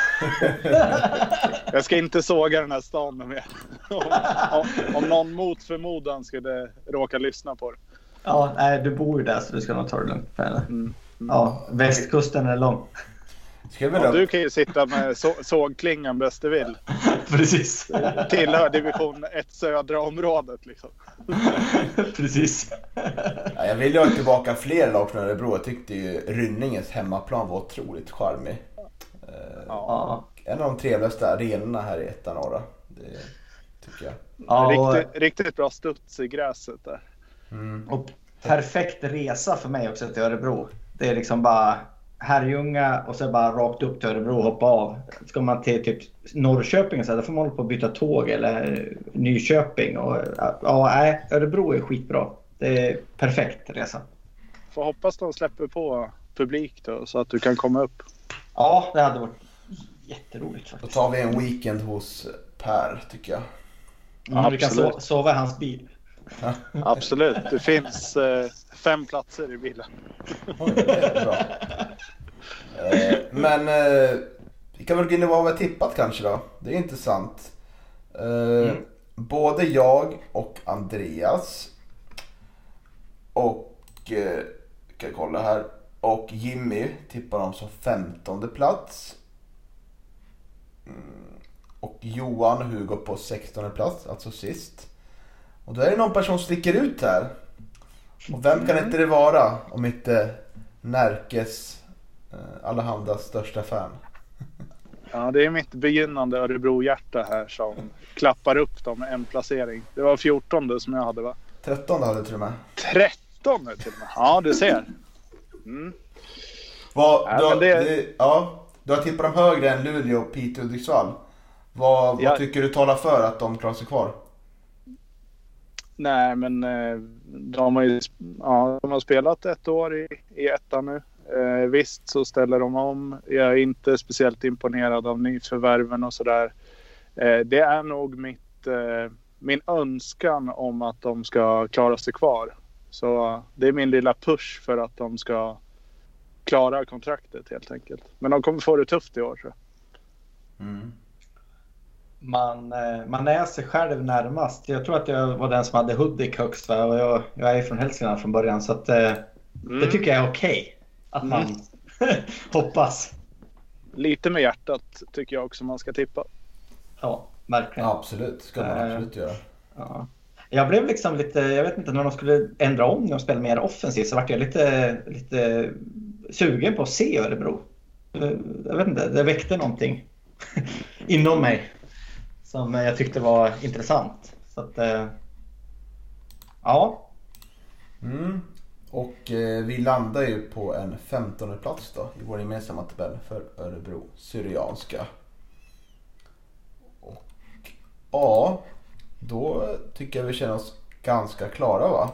Jag ska inte såga den här stan mer. om, om, om någon mot förmodan skulle råka lyssna på det. Ja, nej, du bor ju där så du ska nog ta det lugnt. Mm. Mm. Ja, västkusten är lång. Ja, du kan ju sitta med så, sågklingan bäst du vill. Precis. Tillhör division ett södra området liksom. Precis. Ja, jag vill ju ha tillbaka fler lag från Örebro. Jag tyckte ju Rynninges hemmaplan var otroligt charmig. Ja. En av de trevligaste arenorna här i ettan norra. Det tycker jag. Ja, och riktigt, riktigt bra studs i gräset där. Mm. Och perfekt resa för mig också till Örebro. Det är liksom bara Herrljunga och så bara rakt upp till Örebro och hoppa av. Ska man till typ Norrköping så här, då får man hålla på att byta tåg, eller Nyköping. Och, ja, nej, Örebro är skitbra. Det är perfekt resa. Får hoppas de släpper på publik då, så att du kan komma upp. Ja, det hade varit jätteroligt faktiskt. Då tar vi en weekend hos Per, tycker jag. Ja, du kan so- sova i hans bil. Ja. Absolut, det finns eh, fem platser i bilen. Oj, det är bra. eh, men eh, vi kan väl gå in och vad vi har tippat kanske då. Det är intressant. Eh, mm. Både jag och Andreas och eh, kan kolla här, och Jimmy tippar dem som femtonde plats. Mm. Och Johan och Hugo på sextonde plats, alltså sist. Och då är det någon person som sticker ut här. Och vem kan inte det vara om inte Närkes eh, Allehandas största fan? Ja, det är mitt begynnande Örebro-hjärta här som klappar upp dem med en placering. Det var fjortonde som jag hade, va? trettonde hade du till och med. trettonde till och med? Ja, du ser. Mm. Vad, ja, du, men det... det, ja, du har tippat dem högre än Luleå och Piteå och Hudiksvall. Vad, Ja. vad tycker du talar för att de klarar sig kvar? Nej, men eh, de har ju ja, de har spelat ett år i, i ettan nu. Eh, visst så ställer de om. Jag är inte speciellt imponerad av nyförvärven och sådär. Eh, det är nog mitt, eh, min önskan om att de ska klara sig kvar. Så det är min lilla push för att de ska klara kontraktet helt enkelt. Men de kommer få det tufft i år, tror jag. Mm. Man, eh, man är sig själv närmast. Jag tror att jag var den som hade Hudik högst. Va? Och jag, jag är från Hälsingland från början. Så att, eh, Mm. det tycker jag är okej. Att man Mm. hoppas. Lite med hjärtat tycker jag också man ska tippa. Ja, verkligen. Absolut, ska man Eh, absolut göra. Ja. Jag blev liksom lite, jag vet inte, när de skulle ändra om och spela mer offensivt så vart jag lite, lite sugen på att se Örebro. Jag vet inte, det väckte någonting inom mig som jag tyckte var intressant. Så att, ja. Mm. Och eh, vi landar ju på en femtonde plats då i vår gemensamma tabell för Örebro Syrianska. Och ja, då tycker jag vi känner oss ganska klara, va?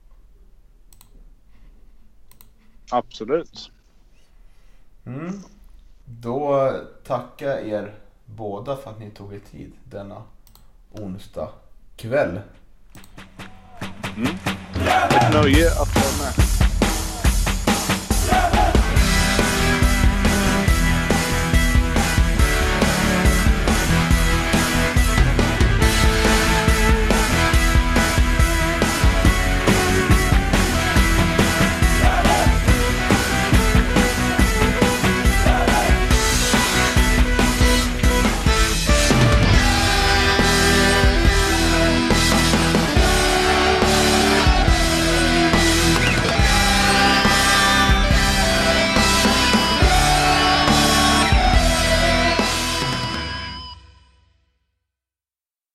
Absolut. Mm. Då tackar jag er båda för att ni tog er tid denna onsdag kväll. Mm. Ett nöje att